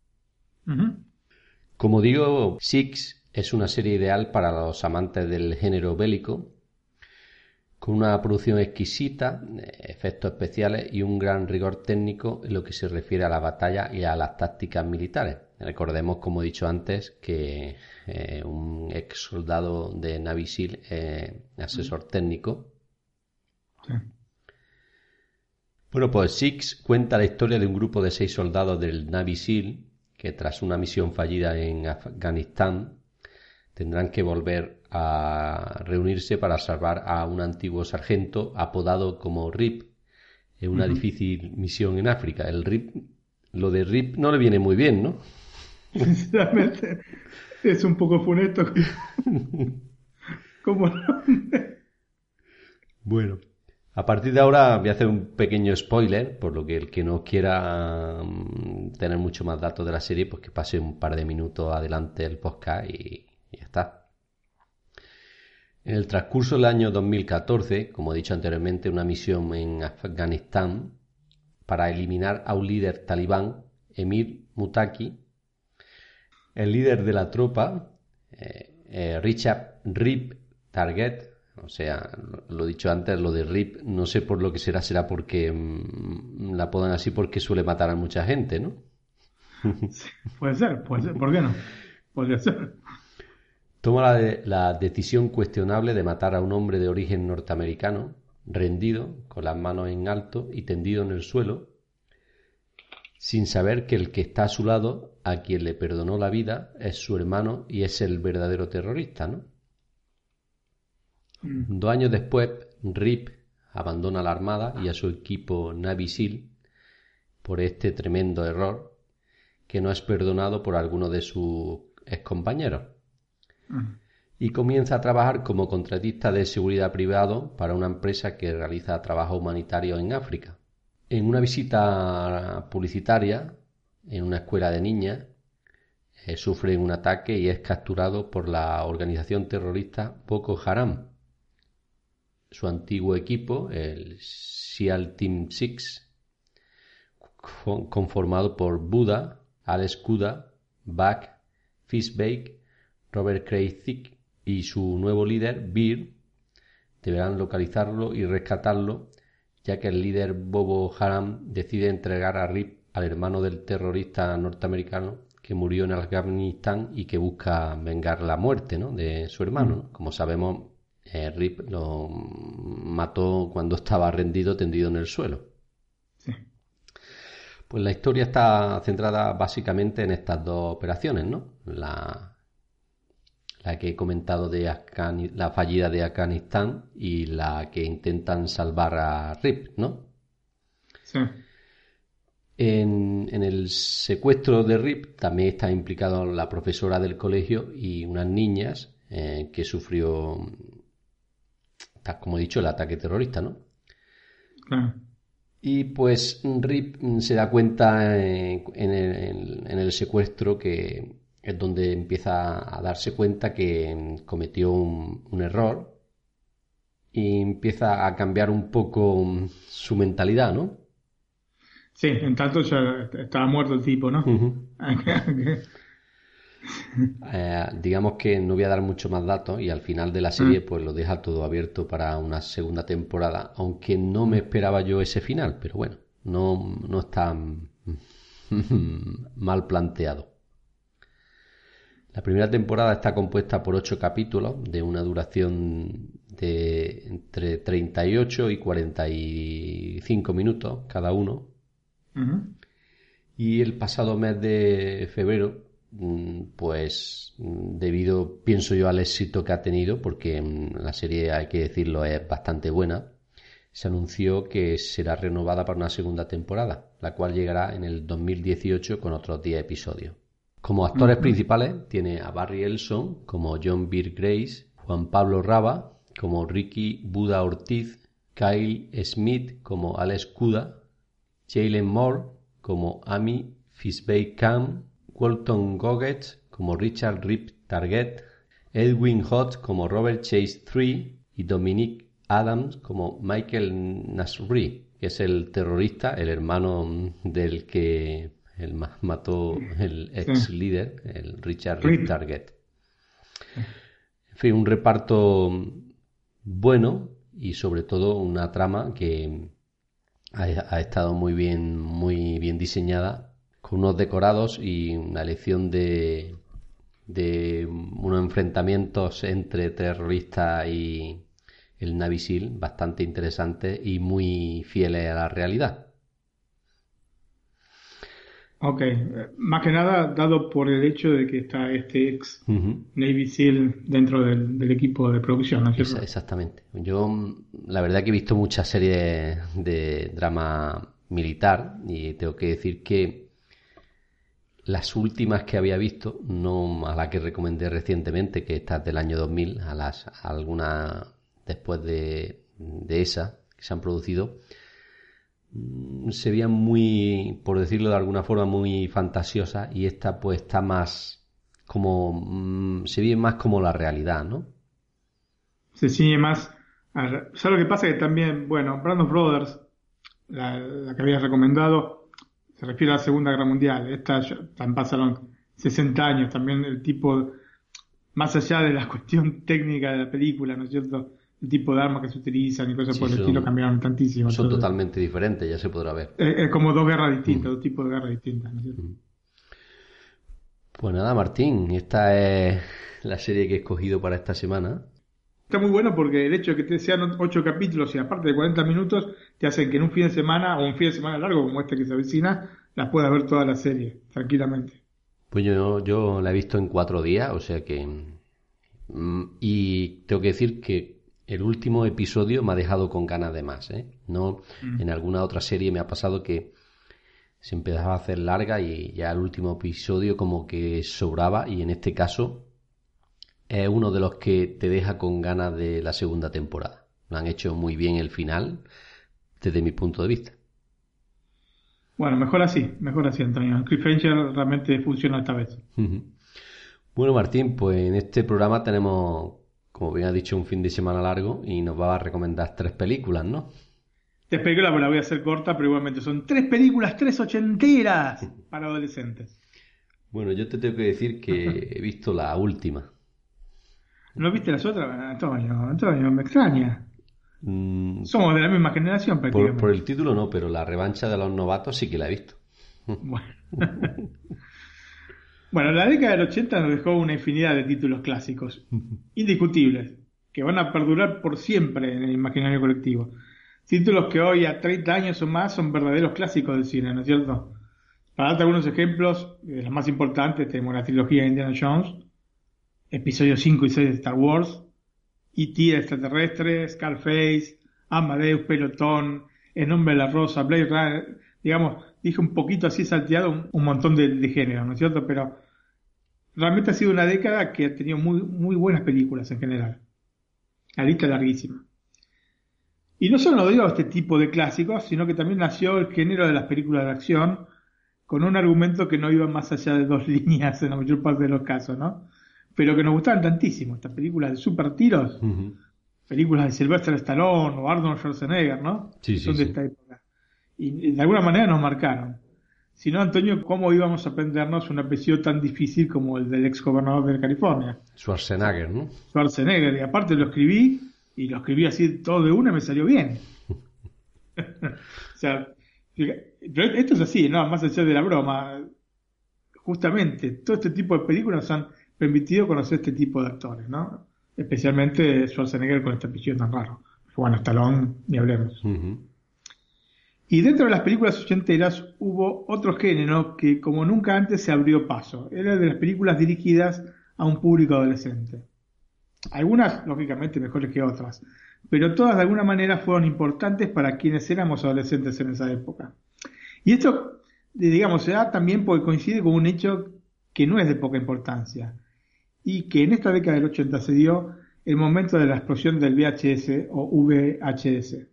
Como digo, Six es una serie ideal para los amantes del género bélico, con una producción exquisita, efectos especiales y un gran rigor técnico en lo que se refiere a la batalla y a las tácticas militares. Recordemos, como he dicho antes, que un ex soldado de Navy SEAL asesor técnico. Sí. Bueno, pues Six cuenta la historia de un grupo de 6 soldados del Navy SEAL que tras una misión fallida en Afganistán tendrán que volver a reunirse para salvar a un antiguo sargento apodado como Rip en una difícil misión en África. El Rip, lo de Rip no le viene muy bien, ¿no? Sinceramente es un poco funesto como nombre. Bueno, a partir de ahora voy a hacer un pequeño spoiler, por lo que el que no quiera tener mucho más datos de la serie, pues que pase un par de minutos adelante el podcast y ya está. En el transcurso del año 2014, como he dicho anteriormente, una misión en Afganistán para eliminar a un líder talibán, Emir Mutaki, el líder de la tropa, Richard Rip Target, o sea, lo he dicho antes, lo de Rip, no sé por lo que será porque la apodan así porque suele matar a mucha gente, ¿no? Sí, puede ser, ¿por qué no? Podría ser. Toma la decisión cuestionable de matar a un hombre de origen norteamericano, rendido, con las manos en alto y tendido en el suelo, sin saber que el que está a su lado, a quien le perdonó la vida, es su hermano y es el verdadero terrorista, ¿no? 2 años después, Rip abandona la Armada y a su equipo Navy SEAL por este tremendo error que no es perdonado por algunos de sus excompañeros. Y comienza a trabajar como contratista de seguridad privado para una empresa que realiza trabajo humanitario en África. En una visita publicitaria en una escuela de niñas, sufre un ataque y es capturado por la organización terrorista Boko Haram. Su antiguo equipo, el SEAL Team 6, conformado por Buddha, Alex Kuda, Buck, Fishbake, Robert Craig Thicke y su nuevo líder, Bear, deberán localizarlo y rescatarlo, ya que el líder Boko Haram decide entregar a Rip al hermano del terrorista norteamericano que murió en Afganistán y que busca vengar la muerte, ¿no?, de su hermano, ¿no? Como sabemos, Rip lo mató cuando estaba rendido, tendido en el suelo. Sí. Pues la historia está centrada básicamente en estas 2 operaciones, ¿no? La que he comentado de la fallida de Afganistán y la que intentan salvar a Rip, ¿no? Sí. En el secuestro de Rip también está implicado la profesora del colegio y unas niñas que sufrió, como he dicho, el ataque terrorista, ¿no? Claro. Y pues Rip se da cuenta en el secuestro que es donde empieza a darse cuenta que cometió un error y empieza a cambiar un poco su mentalidad, ¿no? Sí, en tanto ya estaba muerto el tipo, ¿no? Uh-huh. Digamos que no voy a dar mucho más datos y al final de la serie pues lo deja todo abierto para una segunda temporada, aunque no me esperaba yo ese final, pero bueno, no está mal planteado. La primera temporada está compuesta por 8 capítulos de una duración de entre 38 y 45 minutos cada uno. Uh-huh. Y el pasado mes de febrero, pues debido, pienso yo, al éxito que ha tenido, porque la serie, hay que decirlo, es bastante buena, se anunció que será renovada para una segunda temporada, la cual llegará en el 2018 con otros 10 episodios. Como actores principales tiene a Barry Elson como John Beer Grace, Juan Pablo Raba como Ricky Buda Ortiz, Kyle Smith como Alex Kuda, Jalen Moore como Amy Fishbake Khan, Walton Goggett como Richard Rip Target, Edwin Hodge como Robert Chase III y Dominic Adams como Michael Nasri, que es el terrorista, el hermano del que mató el ex líder, el Richard Rip Target. En fin, un reparto bueno y sobre todo una trama que ha estado muy bien diseñada, con unos decorados y una elección de unos enfrentamientos entre terroristas y el Navy SEAL bastante interesantes y muy fieles a la realidad. Ok, más que nada dado por el hecho de que está este ex Navy SEAL dentro del equipo de producción, ¿no es cierto? Exactamente. Yo la verdad que he visto muchas series de drama militar y tengo que decir que las últimas que había visto, no a la que recomendé recientemente, que esta es del año 2000, a algunas después de esa que se han producido, se veían muy, por decirlo de alguna forma, muy fantasiosas, y esta pues está más como, se ve más como la realidad, ¿no? Se ciñe más. ¿Sabes lo que pasa? Que también, bueno, Band of Brothers, la que habías recomendado, se refiere a la Segunda Guerra Mundial. Esta ya pasaron 60 años. También el tipo, más allá de la cuestión técnica de la película, ¿no es cierto? El tipo de armas que se utilizan y cosas por el estilo cambiaron tantísimo. Son totalmente diferentes, ya se podrá ver. Es como 2 guerras distintas, 2 tipos de guerras distintas, ¿no es cierto? Pues nada, Martín, esta es la serie que he escogido para esta semana. Está muy bueno porque el hecho de que te sean 8 capítulos y aparte de 40 minutos te hacen que en un fin de semana o un fin de semana largo como este que se avecina, las puedas ver toda la serie tranquilamente. Pues yo la he visto en 4 días, o sea que... y tengo que decir que el último episodio me ha dejado con ganas de más, ¿eh? No, en alguna otra serie me ha pasado que se empezaba a hacer larga y ya el último episodio como que sobraba, y en este caso es uno de los que te deja con ganas de la segunda temporada. Lo han hecho muy bien el final desde mi punto de vista. Bueno, mejor así, Antonio. Cliffhanger realmente funciona esta vez. Bueno, Martín, pues en este programa tenemos, como bien has dicho, un fin de semana largo y nos va a recomendar 3 películas, ¿no? 3 películas, pues la voy a hacer corta, pero igualmente son 3 películas, 3 ochenteras para adolescentes. Bueno, yo te tengo que decir que he visto la última. ¿No viste las otras? Antonio, me extraña. Somos de la misma generación prácticamente. Por el título no, pero La revancha de los novatos sí que la he visto. Bueno, la década del 80 nos dejó una infinidad de títulos clásicos, indiscutibles, que van a perdurar por siempre en el imaginario colectivo. Títulos que hoy, a 30 años o más, son verdaderos clásicos del cine, ¿no es cierto? Para darte algunos ejemplos, de los más importantes, tenemos la trilogía de Indiana Jones, episodios 5 y 6 de Star Wars, E.T. el extraterrestre, Scarface, Amadeus, Pelotón, El nombre de la rosa, Blade Runner, digamos, dije un poquito así salteado un montón de géneros, ¿no es cierto? Pero realmente ha sido una década que ha tenido muy, muy buenas películas en general. La lista es larguísima. Y no solo nos dio este tipo de clásicos, sino que también nació el género de las películas de acción, con un argumento que no iba más allá de 2 líneas en la mayor parte de los casos, ¿no? Pero que nos gustaban tantísimo, estas películas de super tiros, películas de Sylvester Stallone o Arnold Schwarzenegger, ¿no? Sí, son de esta época. Y de alguna manera nos marcaron. Si no, Antonio, ¿cómo íbamos a aprendernos un apellido tan difícil como el del ex gobernador de California? Schwarzenegger, ¿no? Schwarzenegger, y aparte lo escribí así todo de una y me salió bien. O sea, pero esto es así, ¿no? Más allá de la broma. Justamente, todo este tipo de películas nos han permitido conocer este tipo de actores, ¿no? Especialmente Schwarzenegger con este apellido tan raro. Bueno, Stallone, ni hablemos. Y dentro de las películas ochenteras hubo otro género que como nunca antes se abrió paso. Era de las películas dirigidas a un público adolescente. Algunas, lógicamente, mejores que otras, pero todas de alguna manera fueron importantes para quienes éramos adolescentes en esa época. Y esto, digamos, se da también porque coincide con un hecho que no es de poca importancia, y que en esta década del 80 se dio el momento de la explosión del VHS o VHS.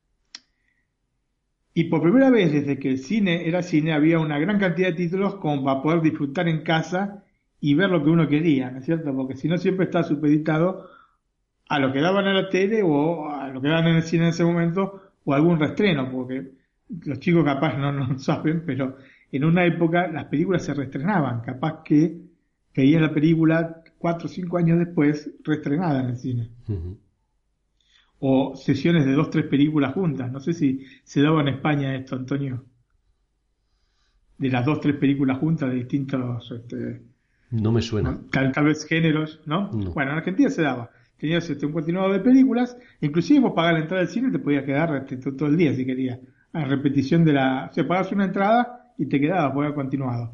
Y por primera vez desde que el cine era cine había una gran cantidad de títulos como para poder disfrutar en casa y ver lo que uno quería, ¿no es cierto? Porque si no siempre está supeditado a lo que daban en la tele o a lo que daban en el cine en ese momento o a algún reestreno, porque los chicos capaz no saben, pero en una época las películas se reestrenaban, capaz que veías la película 4 o 5 años después reestrenada en el cine. O sesiones de 2 o 3 películas juntas. No sé si se daba en España esto, Antonio. De las 2 o 3 películas juntas de distintos... no me suena. Tal vez géneros, ¿no? No. Bueno, en Argentina se daba. Tenías un continuado de películas. Inclusive vos pagabas la entrada del cine y te podías quedar todo el día si querías. A repetición de la... O sea, pagabas una entrada y te quedabas, podías continuado.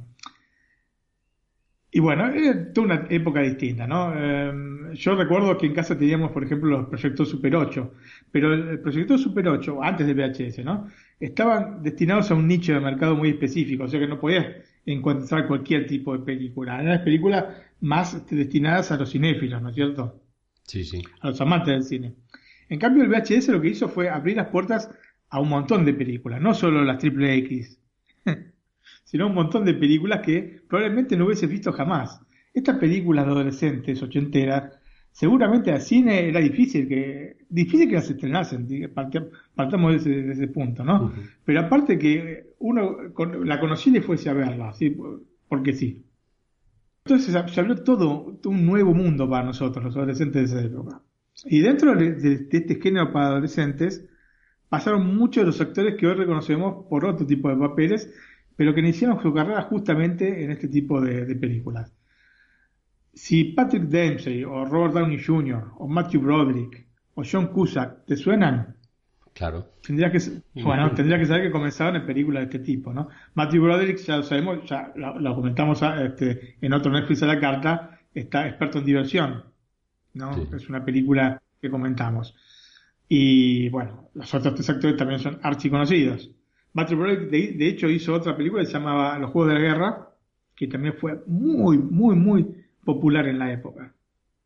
Y bueno, era toda una época distinta, ¿no? Yo recuerdo que en casa teníamos, por ejemplo, los proyectos Super 8, pero el proyecto Super 8, antes de VHS, ¿no? Estaban destinados a un nicho de mercado muy específico, o sea que no podías encontrar cualquier tipo de película. Eran las películas más destinadas a los cinéfilos, ¿no es cierto? Sí, sí. A los amantes del cine. En cambio, el VHS lo que hizo fue abrir las puertas a un montón de películas, no solo las triple X, sino un montón de películas que probablemente no hubieses visto jamás. Estas películas de adolescentes, ochenteras, seguramente al cine era difícil que las estrenasen, partamos de ese punto, ¿no? Pero aparte que uno la conocía y fuese a verla, ¿sí? Porque sí. Entonces se abrió todo un nuevo mundo para nosotros, los adolescentes de esa época. Y dentro de este género para adolescentes, pasaron muchos de los actores que hoy reconocemos por otro tipo de papeles, pero que iniciaron su carrera justamente en este tipo de películas. Si Patrick Dempsey o Robert Downey Jr. o Matthew Broderick o John Cusack te suenan, Claro. tendría que saber que comenzaron en películas de este tipo, ¿no? Matthew Broderick, ya lo sabemos, ya lo comentamos en otro Netflix a la carta, está experto en diversión, ¿no? Sí. Es una película que comentamos. Y bueno, los otros tres actores también son archiconocidos. Matthew Broderick, de hecho, hizo otra película que se llamaba Los Juegos de la Guerra, que también fue muy, muy, muy popular en la época.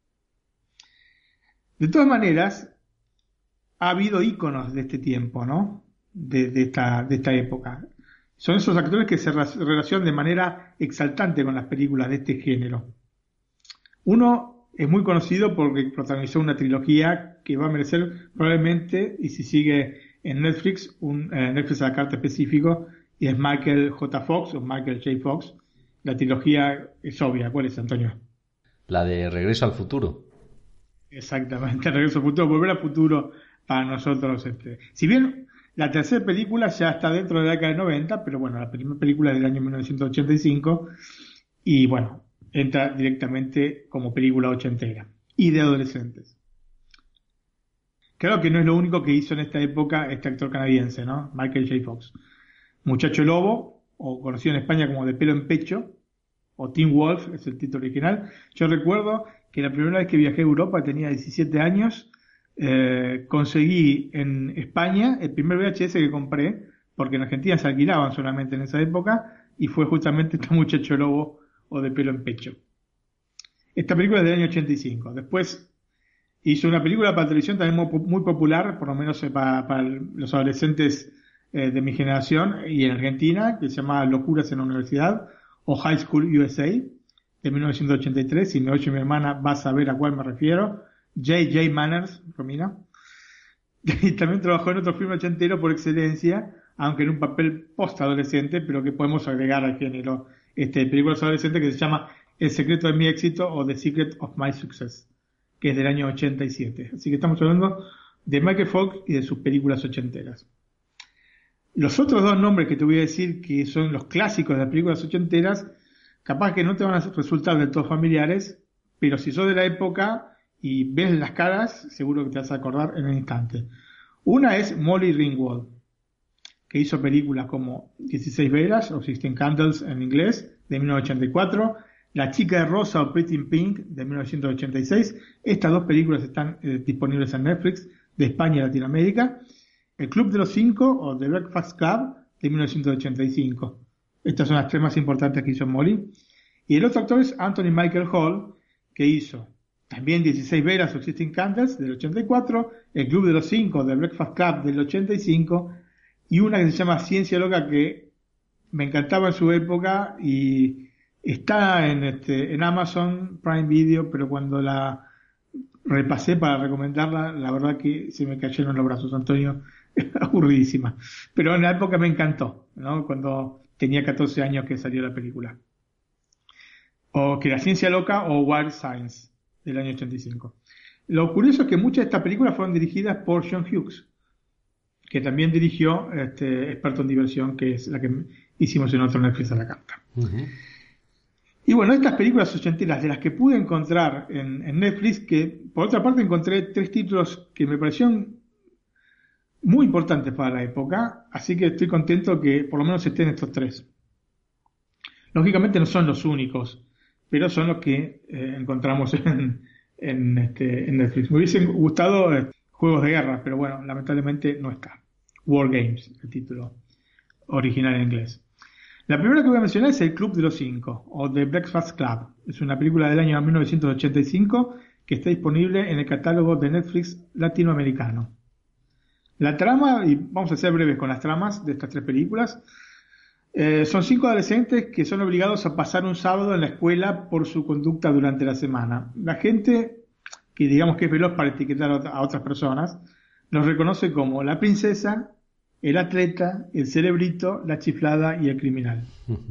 De todas maneras, ha habido íconos de este tiempo, ¿no? De esta época. Son esos actores que se relacionan de manera exaltante con las películas de este género. Uno es muy conocido porque protagonizó una trilogía que va a merecer probablemente, y si sigue en Netflix, un Netflix a la carta específico, y es Michael J. Fox o Michael J. Fox. La trilogía es obvia. ¿Cuál es, Antonio? La de Regreso al Futuro. Exactamente, Regreso al Futuro, Volver al Futuro para nosotros. Si bien la tercera película ya está dentro de la década del 90, pero bueno, la primera película es del año 1985 y bueno, entra directamente como película ochentera y de adolescentes. Claro que no es lo único que hizo en esta época este actor canadiense, ¿no? Michael J. Fox. Muchacho Lobo, o conocido en España como De Pelo en Pecho, o Teen Wolf, es el título original. Yo recuerdo que la primera vez que viajé a Europa, tenía 17 años, conseguí en España el primer VHS que compré, porque en Argentina se alquilaban solamente en esa época, y fue justamente este Muchacho Lobo o De Pelo en Pecho. Esta película es del año 85. Después hizo una película para televisión también muy popular, por lo menos para los adolescentes de mi generación, y en Argentina, que se llama Locuras en la Universidad, o High School USA, de 1983. Si me oye mi hermana, vas a ver a cuál me refiero. J.J. Manners, Romina. Y también trabajó en otro film ochentero por excelencia, aunque en un papel post-adolescente, pero que podemos agregar al género películas adolescentes, que se llama El secreto de mi éxito o The Secret of My Success, que es del año 87. Así que estamos hablando de Michael Fox y de sus películas ochenteras. Los otros dos nombres que te voy a decir, que son los clásicos de las películas ochenteras, capaz que no te van a resultar del todo familiares, pero si sos de la época y ves las caras, seguro que te vas a acordar en un instante. Una es Molly Ringwald, que hizo películas como 16 velas o 16 Candles en inglés, de 1984, La chica de rosa o Pretty in Pink, de 1986. Estas dos películas están disponibles en Netflix, de España y Latinoamérica. El Club de los Cinco o The Breakfast Club, de 1985. Estas son las tres más importantes que hizo Molly. Y el otro actor es Anthony Michael Hall, que hizo también 16 velas o 16 Candles, del 84, El Club de los Cinco, The Breakfast Club, del 85, y una que se llama Ciencia Loca, que me encantaba en su época y está en Amazon Prime Video, pero cuando la repasé para recomendarla, la verdad que se me cayeron los brazos, Antonio. Aburridísima, pero en la época me encantó, ¿no? Cuando tenía 14 años que salió la película, o que era Ciencia Loca o Wild Science, del año 85. Lo curioso es que muchas de estas películas fueron dirigidas por John Hughes, que también dirigió Experto en Diversión, que es la que hicimos en otro Netflix a la carta. Uh-huh. Y bueno, estas películas ochenteras de las que pude encontrar en Netflix, que por otra parte encontré tres títulos que me parecieron muy importantes para la época, así que estoy contento que por lo menos estén estos tres. Lógicamente no son los únicos, pero son los que encontramos en Netflix. Me hubiesen gustado Juegos de Guerra, pero bueno, lamentablemente no está. War Games, el título original en inglés. La primera que voy a mencionar es El Club de los Cinco, o The Breakfast Club. Es una película del año 1985 que está disponible en el catálogo de Netflix latinoamericano. La trama, y vamos a ser breves con las tramas de estas tres películas, son 5 adolescentes que son obligados a pasar un sábado en la escuela por su conducta durante la semana. La gente, que digamos que es veloz para etiquetar a otras personas, los reconoce como la princesa, el atleta, el cerebrito, la chiflada y el criminal.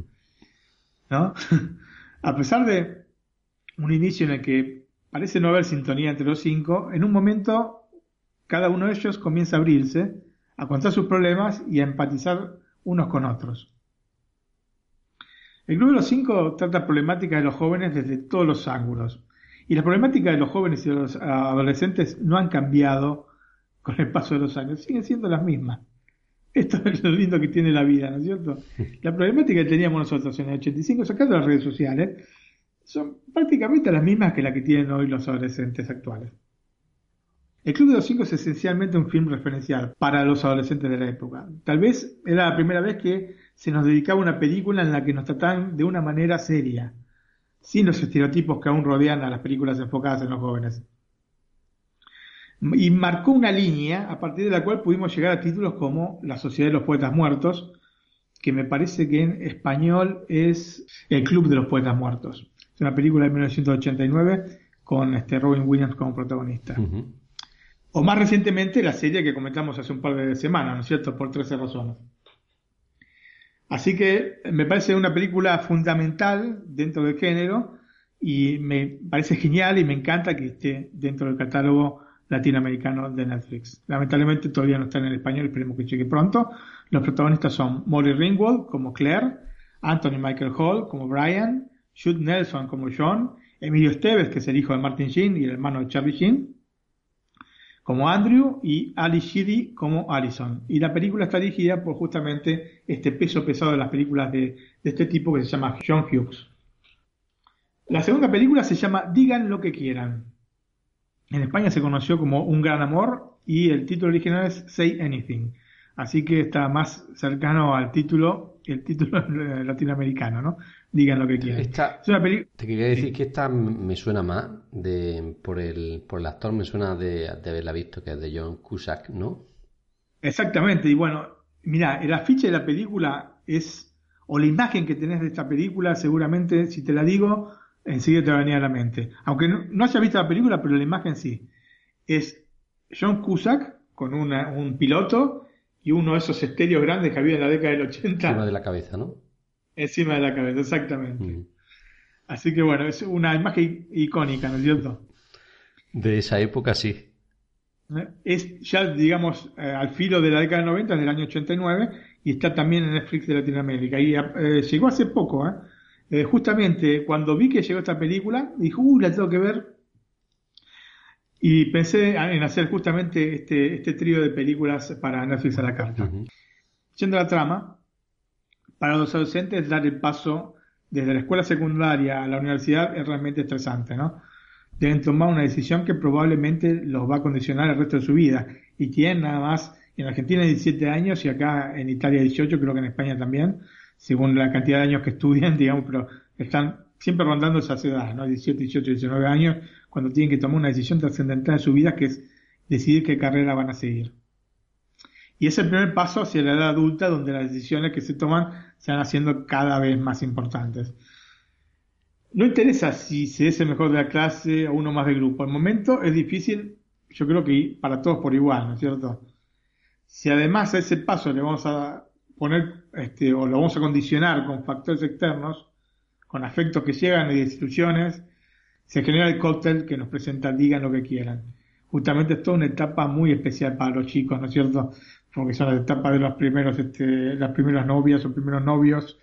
¿No? A pesar de un inicio en el que parece no haber sintonía entre los 5, en un momento cada uno de ellos comienza a abrirse, a contar sus problemas y a empatizar unos con otros. El Club de los Cinco trata problemáticas de los jóvenes desde todos los ángulos. Y las problemáticas de los jóvenes y de los adolescentes no han cambiado con el paso de los años, siguen siendo las mismas. Esto es lo lindo que tiene la vida, ¿no es cierto? La problemática que teníamos nosotros en el 85, sacando las redes sociales, son prácticamente las mismas que las que tienen hoy los adolescentes actuales. El Club de los Cinco es esencialmente un film referencial para los adolescentes de la época. Tal vez era la primera vez que se nos dedicaba una película en la que nos trataban de una manera seria, sin los estereotipos que aún rodean a las películas enfocadas en los jóvenes. Y marcó una línea a partir de la cual pudimos llegar a títulos como La Sociedad de los Poetas Muertos, que me parece que en español es El Club de los Poetas Muertos. Es una película de 1989 con Robin Williams como protagonista. Uh-huh. O más recientemente la serie que comentamos hace un par de semanas, ¿no es cierto? Por 13 razones. Así que me parece una película fundamental dentro del género y me parece genial y me encanta que esté dentro del catálogo latinoamericano de Netflix. Lamentablemente todavía no está en el español, esperemos que llegue pronto. Los protagonistas son Molly Ringwald como Claire, Anthony Michael Hall como Brian, Jude Nelson como John, Emilio Estevez, que es el hijo de Martin Sheen y el hermano de Charlie Sheen, como Andrew, y Ali Sheedy como Allison. Y la película está dirigida por justamente este peso pesado de las películas de este tipo que se llama John Hughes. La segunda película se llama Digan lo que quieran. En España se conoció como Un gran amor y el título original es Say Anything. Así que está más cercano al título, el título latinoamericano, ¿no? Digan lo que quieran. Es una te quería decir que esta me suena más por el actor, me suena de haberla visto, que es de John Cusack, ¿no? Exactamente. Y bueno, mira, el afiche de la película o la imagen que tenés de esta película, seguramente, si te la digo, enseguida te va a venir a la mente. Aunque no hayas visto la película, pero la imagen sí. Es John Cusack con un piloto y uno de esos estéreos grandes que había en la década del 80. Encima de la cabeza, ¿no? Encima de la cabeza, exactamente. Así que bueno, es una imagen icónica, ¿no es cierto? De esa época, sí. Es ya, digamos, al filo de la década del 90, del año 89, y está también en Netflix de Latinoamérica. Y llegó hace poco, justamente cuando vi que llegó esta película, dije, la tengo que ver. Y pensé en hacer justamente este trío de películas para Netflix a la carta. Uh-huh. Yendo a la trama, para los adolescentes dar el paso desde la escuela secundaria a la universidad es realmente estresante, ¿no? Deben tomar una decisión que probablemente los va a condicionar el resto de su vida. Y tienen nada más, en Argentina 17 años y acá en Italia 18, creo que en España también, según la cantidad de años que estudian, digamos, pero están siempre rondando esas edades, ¿no? 17, 18, 19 años, cuando tienen que tomar una decisión trascendental de su vida, que es decidir qué carrera van a seguir. Y es el primer paso hacia la edad adulta, donde las decisiones que se toman se van haciendo cada vez más importantes. No interesa si se es el mejor de la clase o uno más del grupo. Al momento es difícil, yo creo que para todos por igual, ¿no es cierto? Si además a ese paso le vamos a poner, o lo vamos a condicionar con factores externos, con afectos que llegan y desilusiones, se genera el cóctel que nos presenta Digan lo que quieran. Justamente es toda una etapa muy especial para los chicos, ¿no es cierto? Porque son las etapas de las primeras novias o primeros novios,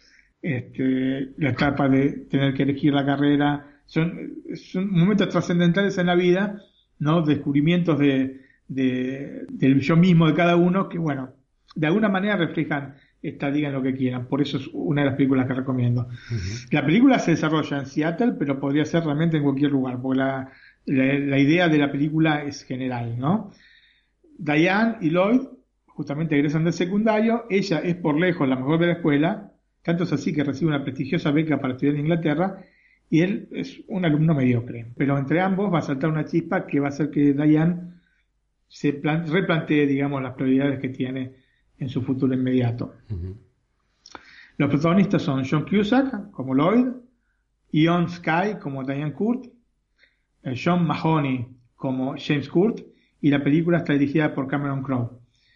la etapa de tener que elegir la carrera, son momentos trascendentales en la vida, ¿no? Descubrimientos del yo mismo de cada uno que, bueno, de alguna manera reflejan Digan lo que quieran. Por eso es una de las películas que recomiendo. Uh-huh. La película se desarrolla en Seattle, pero podría ser realmente en cualquier lugar, porque la idea de la película es general, ¿no? Diane y Lloyd justamente egresan del secundario. Ella es por lejos la mejor de la escuela, tanto es así que recibe una prestigiosa beca para estudiar en Inglaterra, y él es un alumno mediocre. Pero entre ambos va a saltar una chispa que va a hacer que Diane se replantee, digamos, las prioridades que tiene en su futuro inmediato. Uh-huh. Los protagonistas son John Cusack como Lloyd, Ion Sky como Diane Court, John Mahoney como James Court, y la película está dirigida por Cameron Crowe.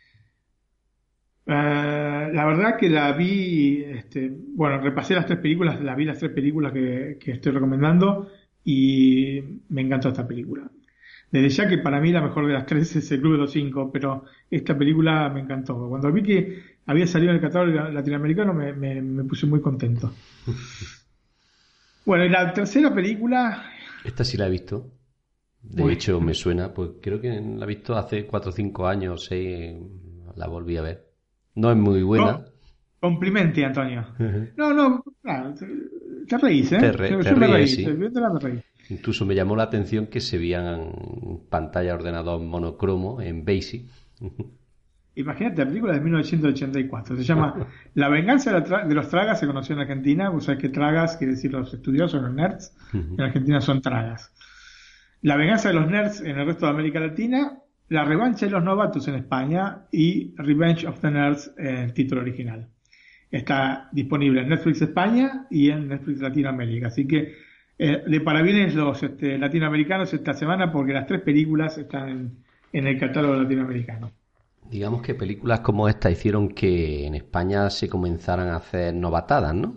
La verdad que la vi, repasé las tres películas, vi las tres películas que estoy recomendando y me encantó esta película. Desde ya que para mí la mejor de las tres es El Club de los Cinco, pero esta película me encantó. Cuando vi que había salido en el catálogo latinoamericano me puse muy contento. Bueno, y la tercera película... Esta sí la he visto. De hecho, me suena, pues creo que la he visto hace 4 o 5 años, 6, la volví a ver. No es muy buena. Complimente, Antonio. No, claro, te reís, ¿eh? Te me reí, sí. me reí. Incluso me llamó la atención que se veían pantalla ordenador monocromo en BASIC. Imagínate, la película de 1984. Se llama La venganza de los tragas, se conoció en Argentina. Vos sabés que tragas quiere decir los estudiosos, los nerds. En Argentina son tragas. La venganza de los nerds en el resto de América Latina. La revancha de los novatos en España. Y Revenge of the Nerds en el título original. Está disponible en Netflix España y en Netflix Latinoamérica. Así que de parabienes los latinoamericanos esta semana porque las 3 películas están en el catálogo latinoamericano. Digamos que películas como esta hicieron que en España se comenzaran a hacer novatadas, ¿no?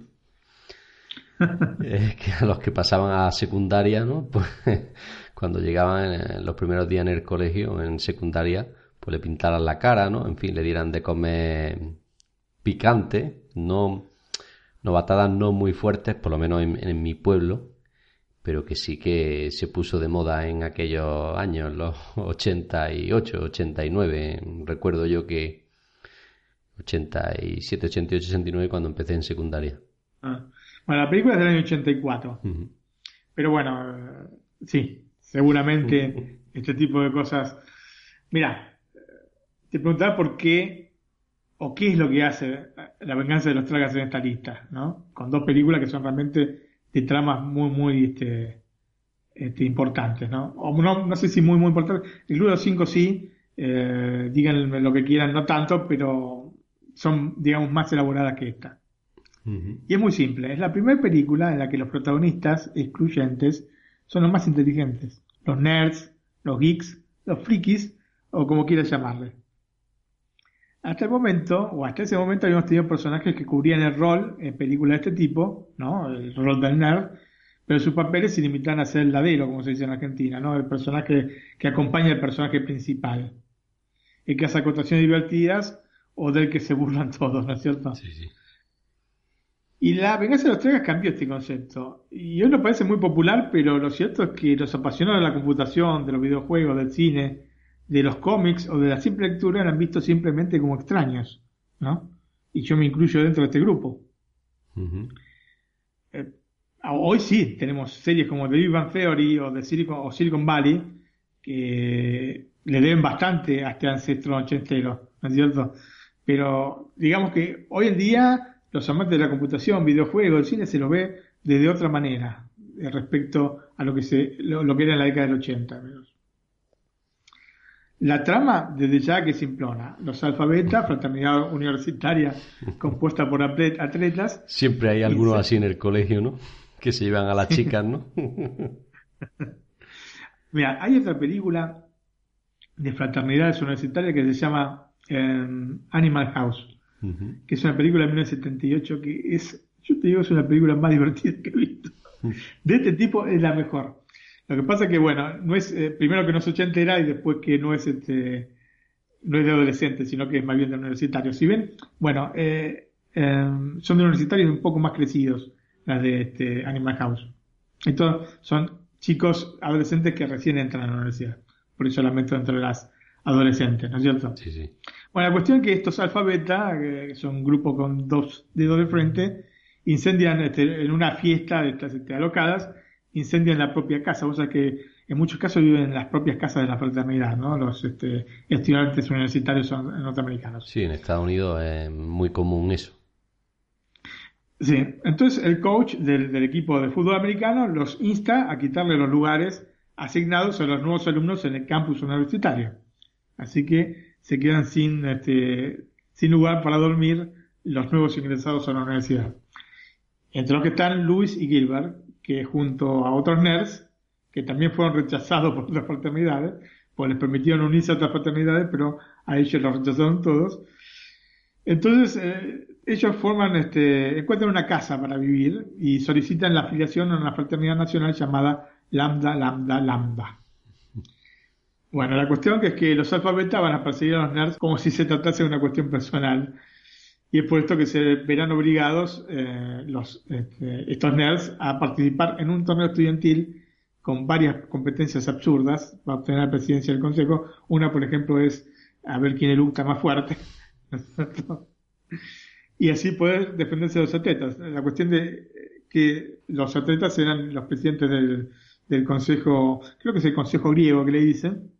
Que a los que pasaban a secundaria, ¿no? Pues cuando llegaban en los primeros días en el colegio, en secundaria, pues le pintaran la cara, ¿no? En fin, le dieran de comer picante, no novatadas no muy fuertes, por lo menos en mi pueblo, pero que sí que se puso de moda en aquellos años, los 88, 89. Recuerdo yo que 87, 88, 89 cuando empecé en secundaria. Bueno, la película es del año 84. Pero bueno, sí, seguramente este tipo de cosas... Mira, te preguntaba por qué o qué es lo que hace La venganza de los tragas en esta lista, ¿no? Con 2 películas que son realmente de tramas muy importantes, ¿no? O no sé si muy importantes. El Club de los Cinco sí, díganme lo que quieran, no tanto, pero son, digamos, más elaboradas que esta. Y es muy simple, es la primera película en la que los protagonistas excluyentes son los más inteligentes, los nerds, los geeks, los frikis, o como quieras llamarle. Hasta ese momento habíamos tenido personajes que cubrían el rol en películas de este tipo, ¿no? El rol del nerd, pero sus papeles se limitan a ser el ladero, como se dice en Argentina, ¿no? El personaje que acompaña al personaje principal, el que hace acotaciones divertidas o del que se burlan todos, ¿no es cierto? Sí, sí. Y La venganza de los tragas cambió este concepto. Y hoy nos parece muy popular, pero lo cierto es que los apasionados de la computación, de los videojuegos, del cine, de los cómics o de la simple lectura la han visto simplemente como extraños, ¿no? Y yo me incluyo dentro de este grupo. Hoy sí, tenemos series como The Big Bang Theory o Silicon Valley que le deben bastante a este ancestro ochentero, ¿no es cierto? Pero digamos que hoy en día los amantes de la computación, videojuegos, el cine se lo ve de otra manera respecto a lo que era en la década del 80. La trama, desde ya que simplona. Los alfabetas, fraternidad universitaria compuesta por atletas. Siempre hay algunos así en el colegio, ¿no? Que se llevan a las chicas, ¿no? Mira, hay otra película de fraternidades universitarias que se llama Animal House, que es una película de 1978 que yo te digo, es una película más divertida que he visto. De este tipo es la mejor. Lo que pasa es que, bueno, no es primero que no es ochentera y después que no es no es de adolescentes, sino que es más bien de universitarios. Si ven, bueno, son de universitarios un poco más crecidos, las de Animal House. Estos son chicos adolescentes que recién entran a la universidad. Por eso lamento entre las adolescentes, ¿no es cierto? Sí, sí. Bueno, la cuestión es que estos alfabetas, que son un grupo con 2 dedos de frente, incendian en una fiesta de estas alocadas, incendian la propia casa. O sea que en muchos casos viven en las propias casas de la fraternidad, ¿no? Los estudiantes universitarios norteamericanos. Sí, en Estados Unidos es muy común eso. Sí, entonces el coach del equipo de fútbol americano los insta a quitarle los lugares asignados a los nuevos alumnos en el campus universitario. Así que se quedan sin lugar para dormir los nuevos ingresados a la universidad. Entre los que están Louis y Gilbert, que junto a otros nerds, que también fueron rechazados por otras fraternidades, pues les permitieron unirse a otras fraternidades, pero a ellos los rechazaron todos. Entonces, ellos encuentran una casa para vivir y solicitan la afiliación a una fraternidad nacional llamada Lambda Lambda Lambda. Bueno, la cuestión que es que los Alpha Beta van a perseguir a los nerds como si se tratase de una cuestión personal. Y es por esto que se verán obligados estos nerds a participar en un torneo estudiantil con varias competencias absurdas para obtener la presidencia del consejo. Una, por ejemplo, es a ver quién eructa más fuerte. Y así poder defenderse de los atletas. La cuestión de que los atletas eran los presidentes del consejo, creo que es el consejo griego que le dicen,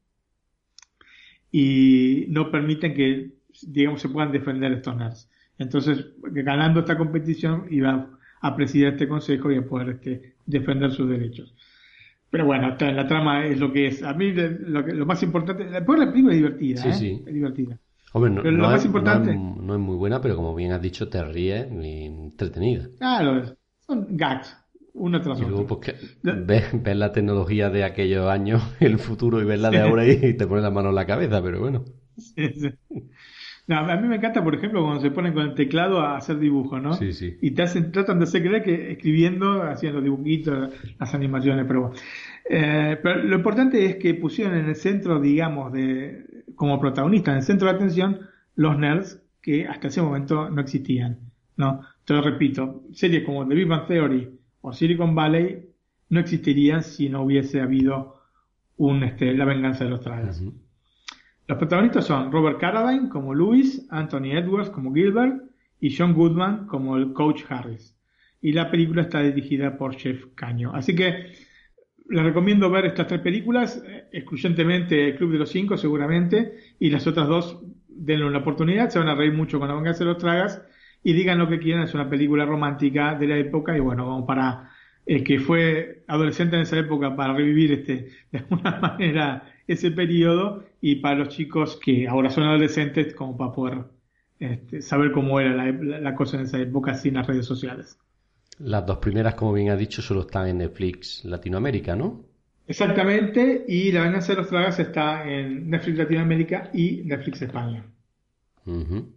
y no permiten que, digamos, se puedan defender estos nerds. Entonces, ganando esta competición, iba a presidir este consejo y a poder defender sus derechos. Pero bueno, la trama es lo que es. A mí lo más importante, después la película es divertida, sí. Es divertida. Hombre, pero lo más importante no es muy buena, pero como bien has dicho, te ríes y entretenida. Claro, son gags, uno tras y otro. luego pues, ves la tecnología de aquellos años, el futuro, y ves la de ahora y te pones la mano en la cabeza, pero bueno. Sí. No, a mí me encanta, por ejemplo, cuando se ponen con el teclado a hacer dibujos, ¿no? Sí. Y tratan de hacer creer que escribiendo, hacían los dibujitos, las animaciones, pero bueno. Pero lo importante es que pusieron en el centro, digamos, como protagonistas, en el centro de atención, los nerds que hasta ese momento no existían, ¿no? Te lo repito, series como The Big Bang Theory o Silicon Valley no existirían si no hubiese habido La venganza de los tragas. Uh-huh. Los protagonistas son Robert Carradine como Louis, Anthony Edwards como Gilbert y John Goodman como el coach Harris. Y la película está dirigida por Jeff Caño. Así que les recomiendo ver estas 3 películas, excluyentemente El Club de los 5 seguramente, y las otras 2 denle una oportunidad, se van a reír mucho con La venganza de los tragas y digan lo que quieran, es una película romántica de la época y bueno, como para el que fue adolescente en esa época para revivir de alguna manera ese periodo, y para los chicos que ahora son adolescentes como para poder saber cómo era la cosa en esa época sin las redes sociales. Las 2 primeras, como bien ha dicho, solo están en Netflix Latinoamérica, ¿no? Exactamente, y La venganza de los tragas está en Netflix Latinoamérica y Netflix España. Uh-huh.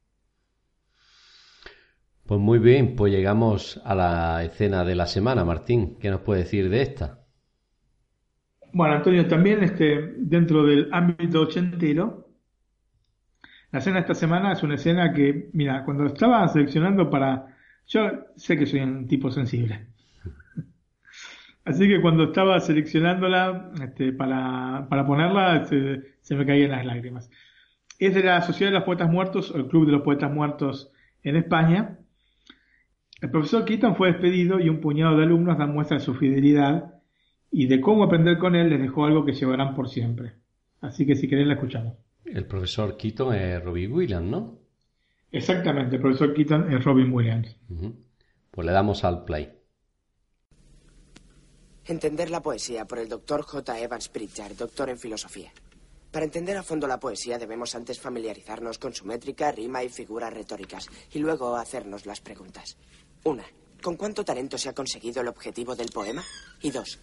Pues muy bien, pues llegamos a la escena de la semana. Martín, ¿qué nos puede decir de esta? Bueno, Antonio, también dentro del ámbito ochentero, la escena de esta semana es una escena que, mira, cuando estaba seleccionando yo sé que soy un tipo sensible. Así que cuando estaba seleccionándola para ponerla, se me caían las lágrimas. Es de la Sociedad de los Poetas Muertos, o el Club de los Poetas Muertos en España. El profesor Keaton fue despedido y un puñado de alumnos dan muestra de su fidelidad y de cómo aprender con él les dejó algo que llevarán por siempre. Así que si querés la escuchamos. El profesor Keaton es Robin Williams, ¿no? Exactamente, el profesor Keaton es Robin Williams. Uh-huh. Pues le damos al play. Entender la poesía por el Dr. J. Evans Pritchard, doctor en filosofía. Para entender a fondo la poesía debemos antes familiarizarnos con su métrica, rima y figuras retóricas, y luego hacernos las preguntas. 1. ¿Con cuánto talento se ha conseguido el objetivo del poema? Y 2.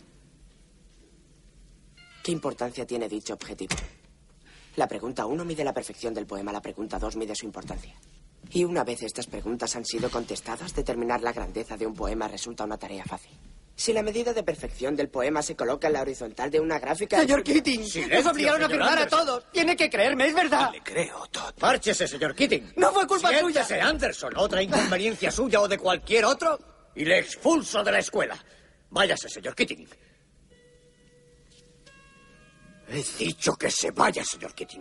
¿Qué importancia tiene dicho objetivo? La pregunta 1 mide la perfección del poema, la pregunta 2 mide su importancia. Y una vez estas preguntas han sido contestadas, determinar la grandeza de un poema resulta una tarea fácil. Si la medida de perfección del poema se coloca en la horizontal de una gráfica... ¡Señor Keating! ¡Nos obligaron a firmar a todos! ¡Tiene que creerme, es verdad! Le creo, Todd. Márchese, señor Keating. ¡No fue culpa suya! Siéntese, Anderson. ¿Otra inconveniencia suya o de cualquier otro? Y le expulso de la escuela. Váyase, señor Keating. He dicho que se vaya, señor Keating.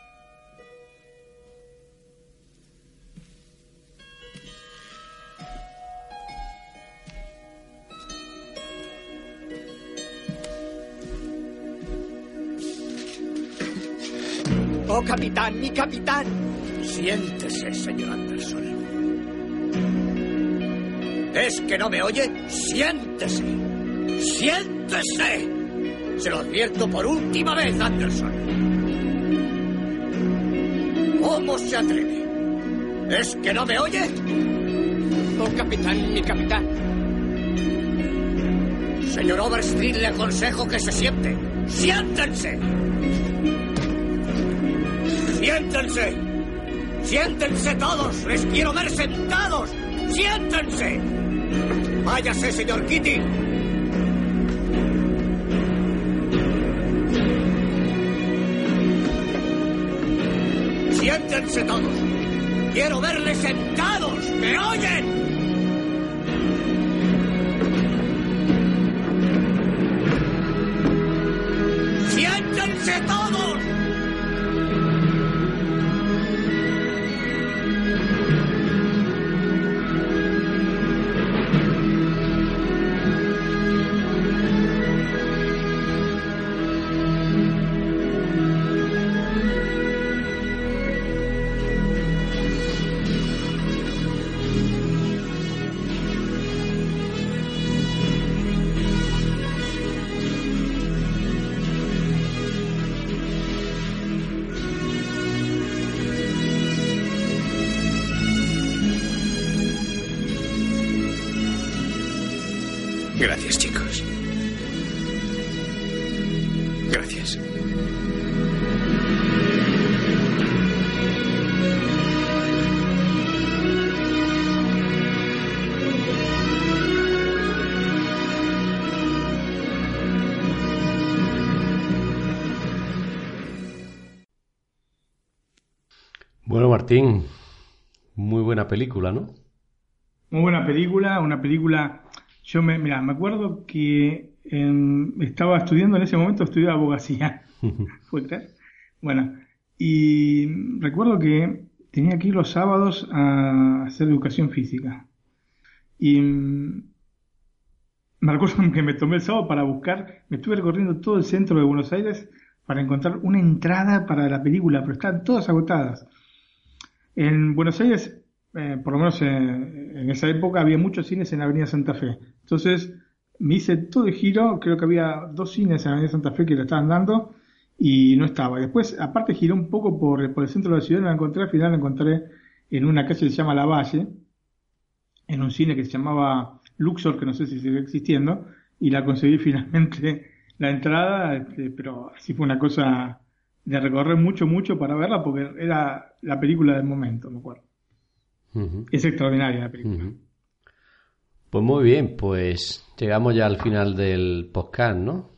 ¡Oh, capitán, mi capitán! Siéntese, señor Anderson. ¿Es que no me oye? ¡Siéntese! ¡Siéntese! Se lo advierto por última vez, Anderson. ¿Cómo se atreve? ¿Es que no me oye? ¡Oh, capitán, mi capitán! Señor Overstreet, le aconsejo que se siente. ¡Siéntense! ¡Siéntense! ¡Siéntense todos! ¡Les quiero ver sentados! ¡Siéntense! ¡Váyase, señor Keating! Siéntense todos. Quiero verles sentados. ¿Me oyen? ¡Siéntense todos! Gracias, chicos. Gracias. Bueno, Martín, muy buena película, ¿no? Muy buena película, una película... me acuerdo que estaba estudiando en ese momento, estudiaba abogacía. ¿Puede creer? Bueno, y recuerdo que tenía que ir los sábados a hacer educación física. Y me recuerdo que me tomé el sábado para buscar, me estuve recorriendo todo el centro de Buenos Aires para encontrar una entrada para la película, pero estaban todas agotadas. En Buenos Aires... por lo menos en esa época había muchos cines en Avenida Santa Fe. Entonces me hice todo el giro, creo que había 2 cines en Avenida Santa Fe que lo estaban dando y no estaba. Después, aparte, giré un poco por el centro de la ciudad, no la encontré. Al final la encontré en una calle que se llama La Valle, en un cine que se llamaba Luxor, que no sé si sigue existiendo, y la conseguí finalmente la entrada, pero así fue una cosa de recorrer mucho para verla porque era la película del momento, me acuerdo. Uh-huh. Es extraordinaria la película. Uh-huh. Pues muy bien, pues llegamos ya al final del podcast, ¿no?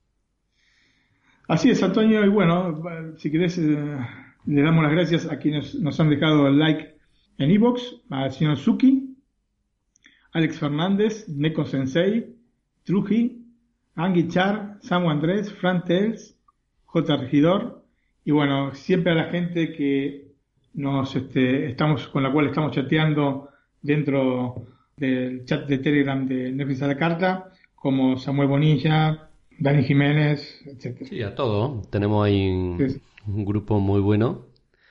Así es, Antonio, y bueno, si querés le damos las gracias a quienes nos han dejado el like en iVoox, al señor Suki, Alex Fernández, Neko Sensei, Truji, Angui Char, Samu Andrés, Fran Tels, J. Regidor, y bueno, siempre a la gente que con la cual estamos chateando dentro del chat de Telegram de Netflix a la carta, como Samuel Bonilla, Dani Jiménez, etcétera. Sí, a todos. Tenemos ahí un grupo muy bueno.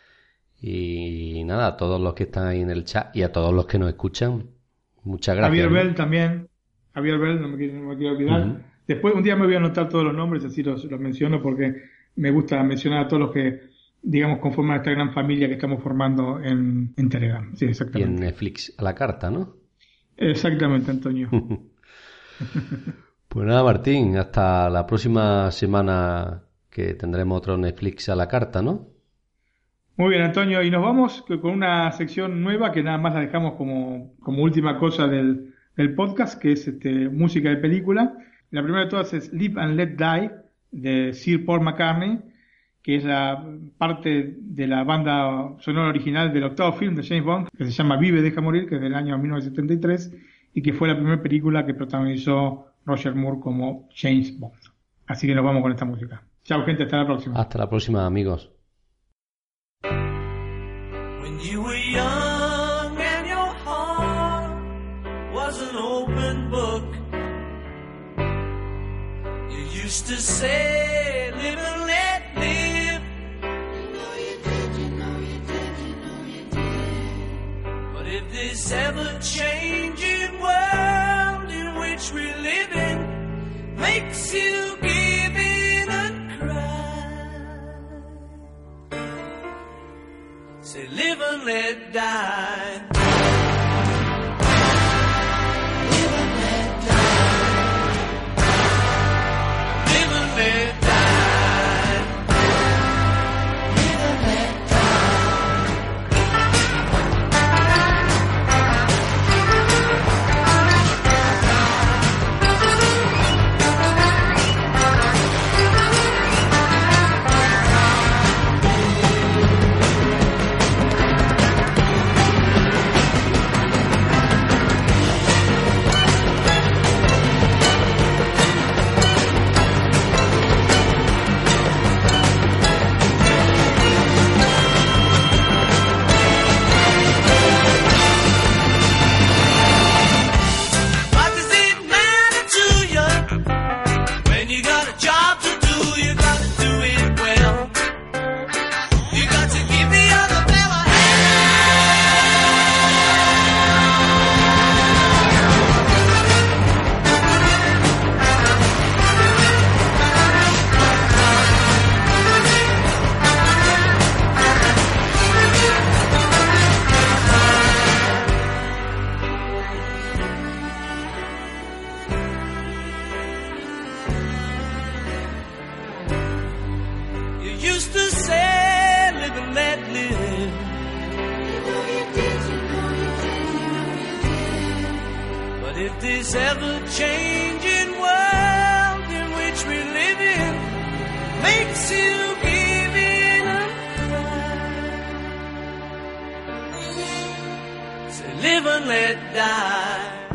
Y nada, a todos los que están ahí en el chat y a todos los que nos escuchan, muchas gracias. Javier Bell también. Javier Bell, no me quiero olvidar. Uh-huh. Después, un día me voy a anotar todos los nombres, así los menciono, porque me gusta mencionar a todos los que, digamos, conforman esta gran familia que estamos formando en Telegram. Sí, exactamente. Y en Netflix a la carta, ¿no? Exactamente, Antonio. Pues nada, Martín, hasta la próxima semana que tendremos otro Netflix a la carta, ¿no? Muy bien, Antonio, y nos vamos con una sección nueva que nada más la dejamos como última cosa del podcast, que es música de película. La primera de todas es Live and Let Die, de Sir Paul McCartney, que es la parte de la banda sonora original del octavo film de James Bond, que se llama Vive, deja morir, que es del año 1973, y que fue la primera película que protagonizó Roger Moore como James Bond. Así que nos vamos con esta música. Chao, gente, hasta la próxima. Hasta la próxima, amigos. When you were young and your heart was an open book, you used to say, live and let live. You know you did, you know you did, you know you did. But if this ever-changing world in which we live in makes you give in and cry, say live and let die. if this ever-changing world in which we live in makes you give in a cry, say live and let die.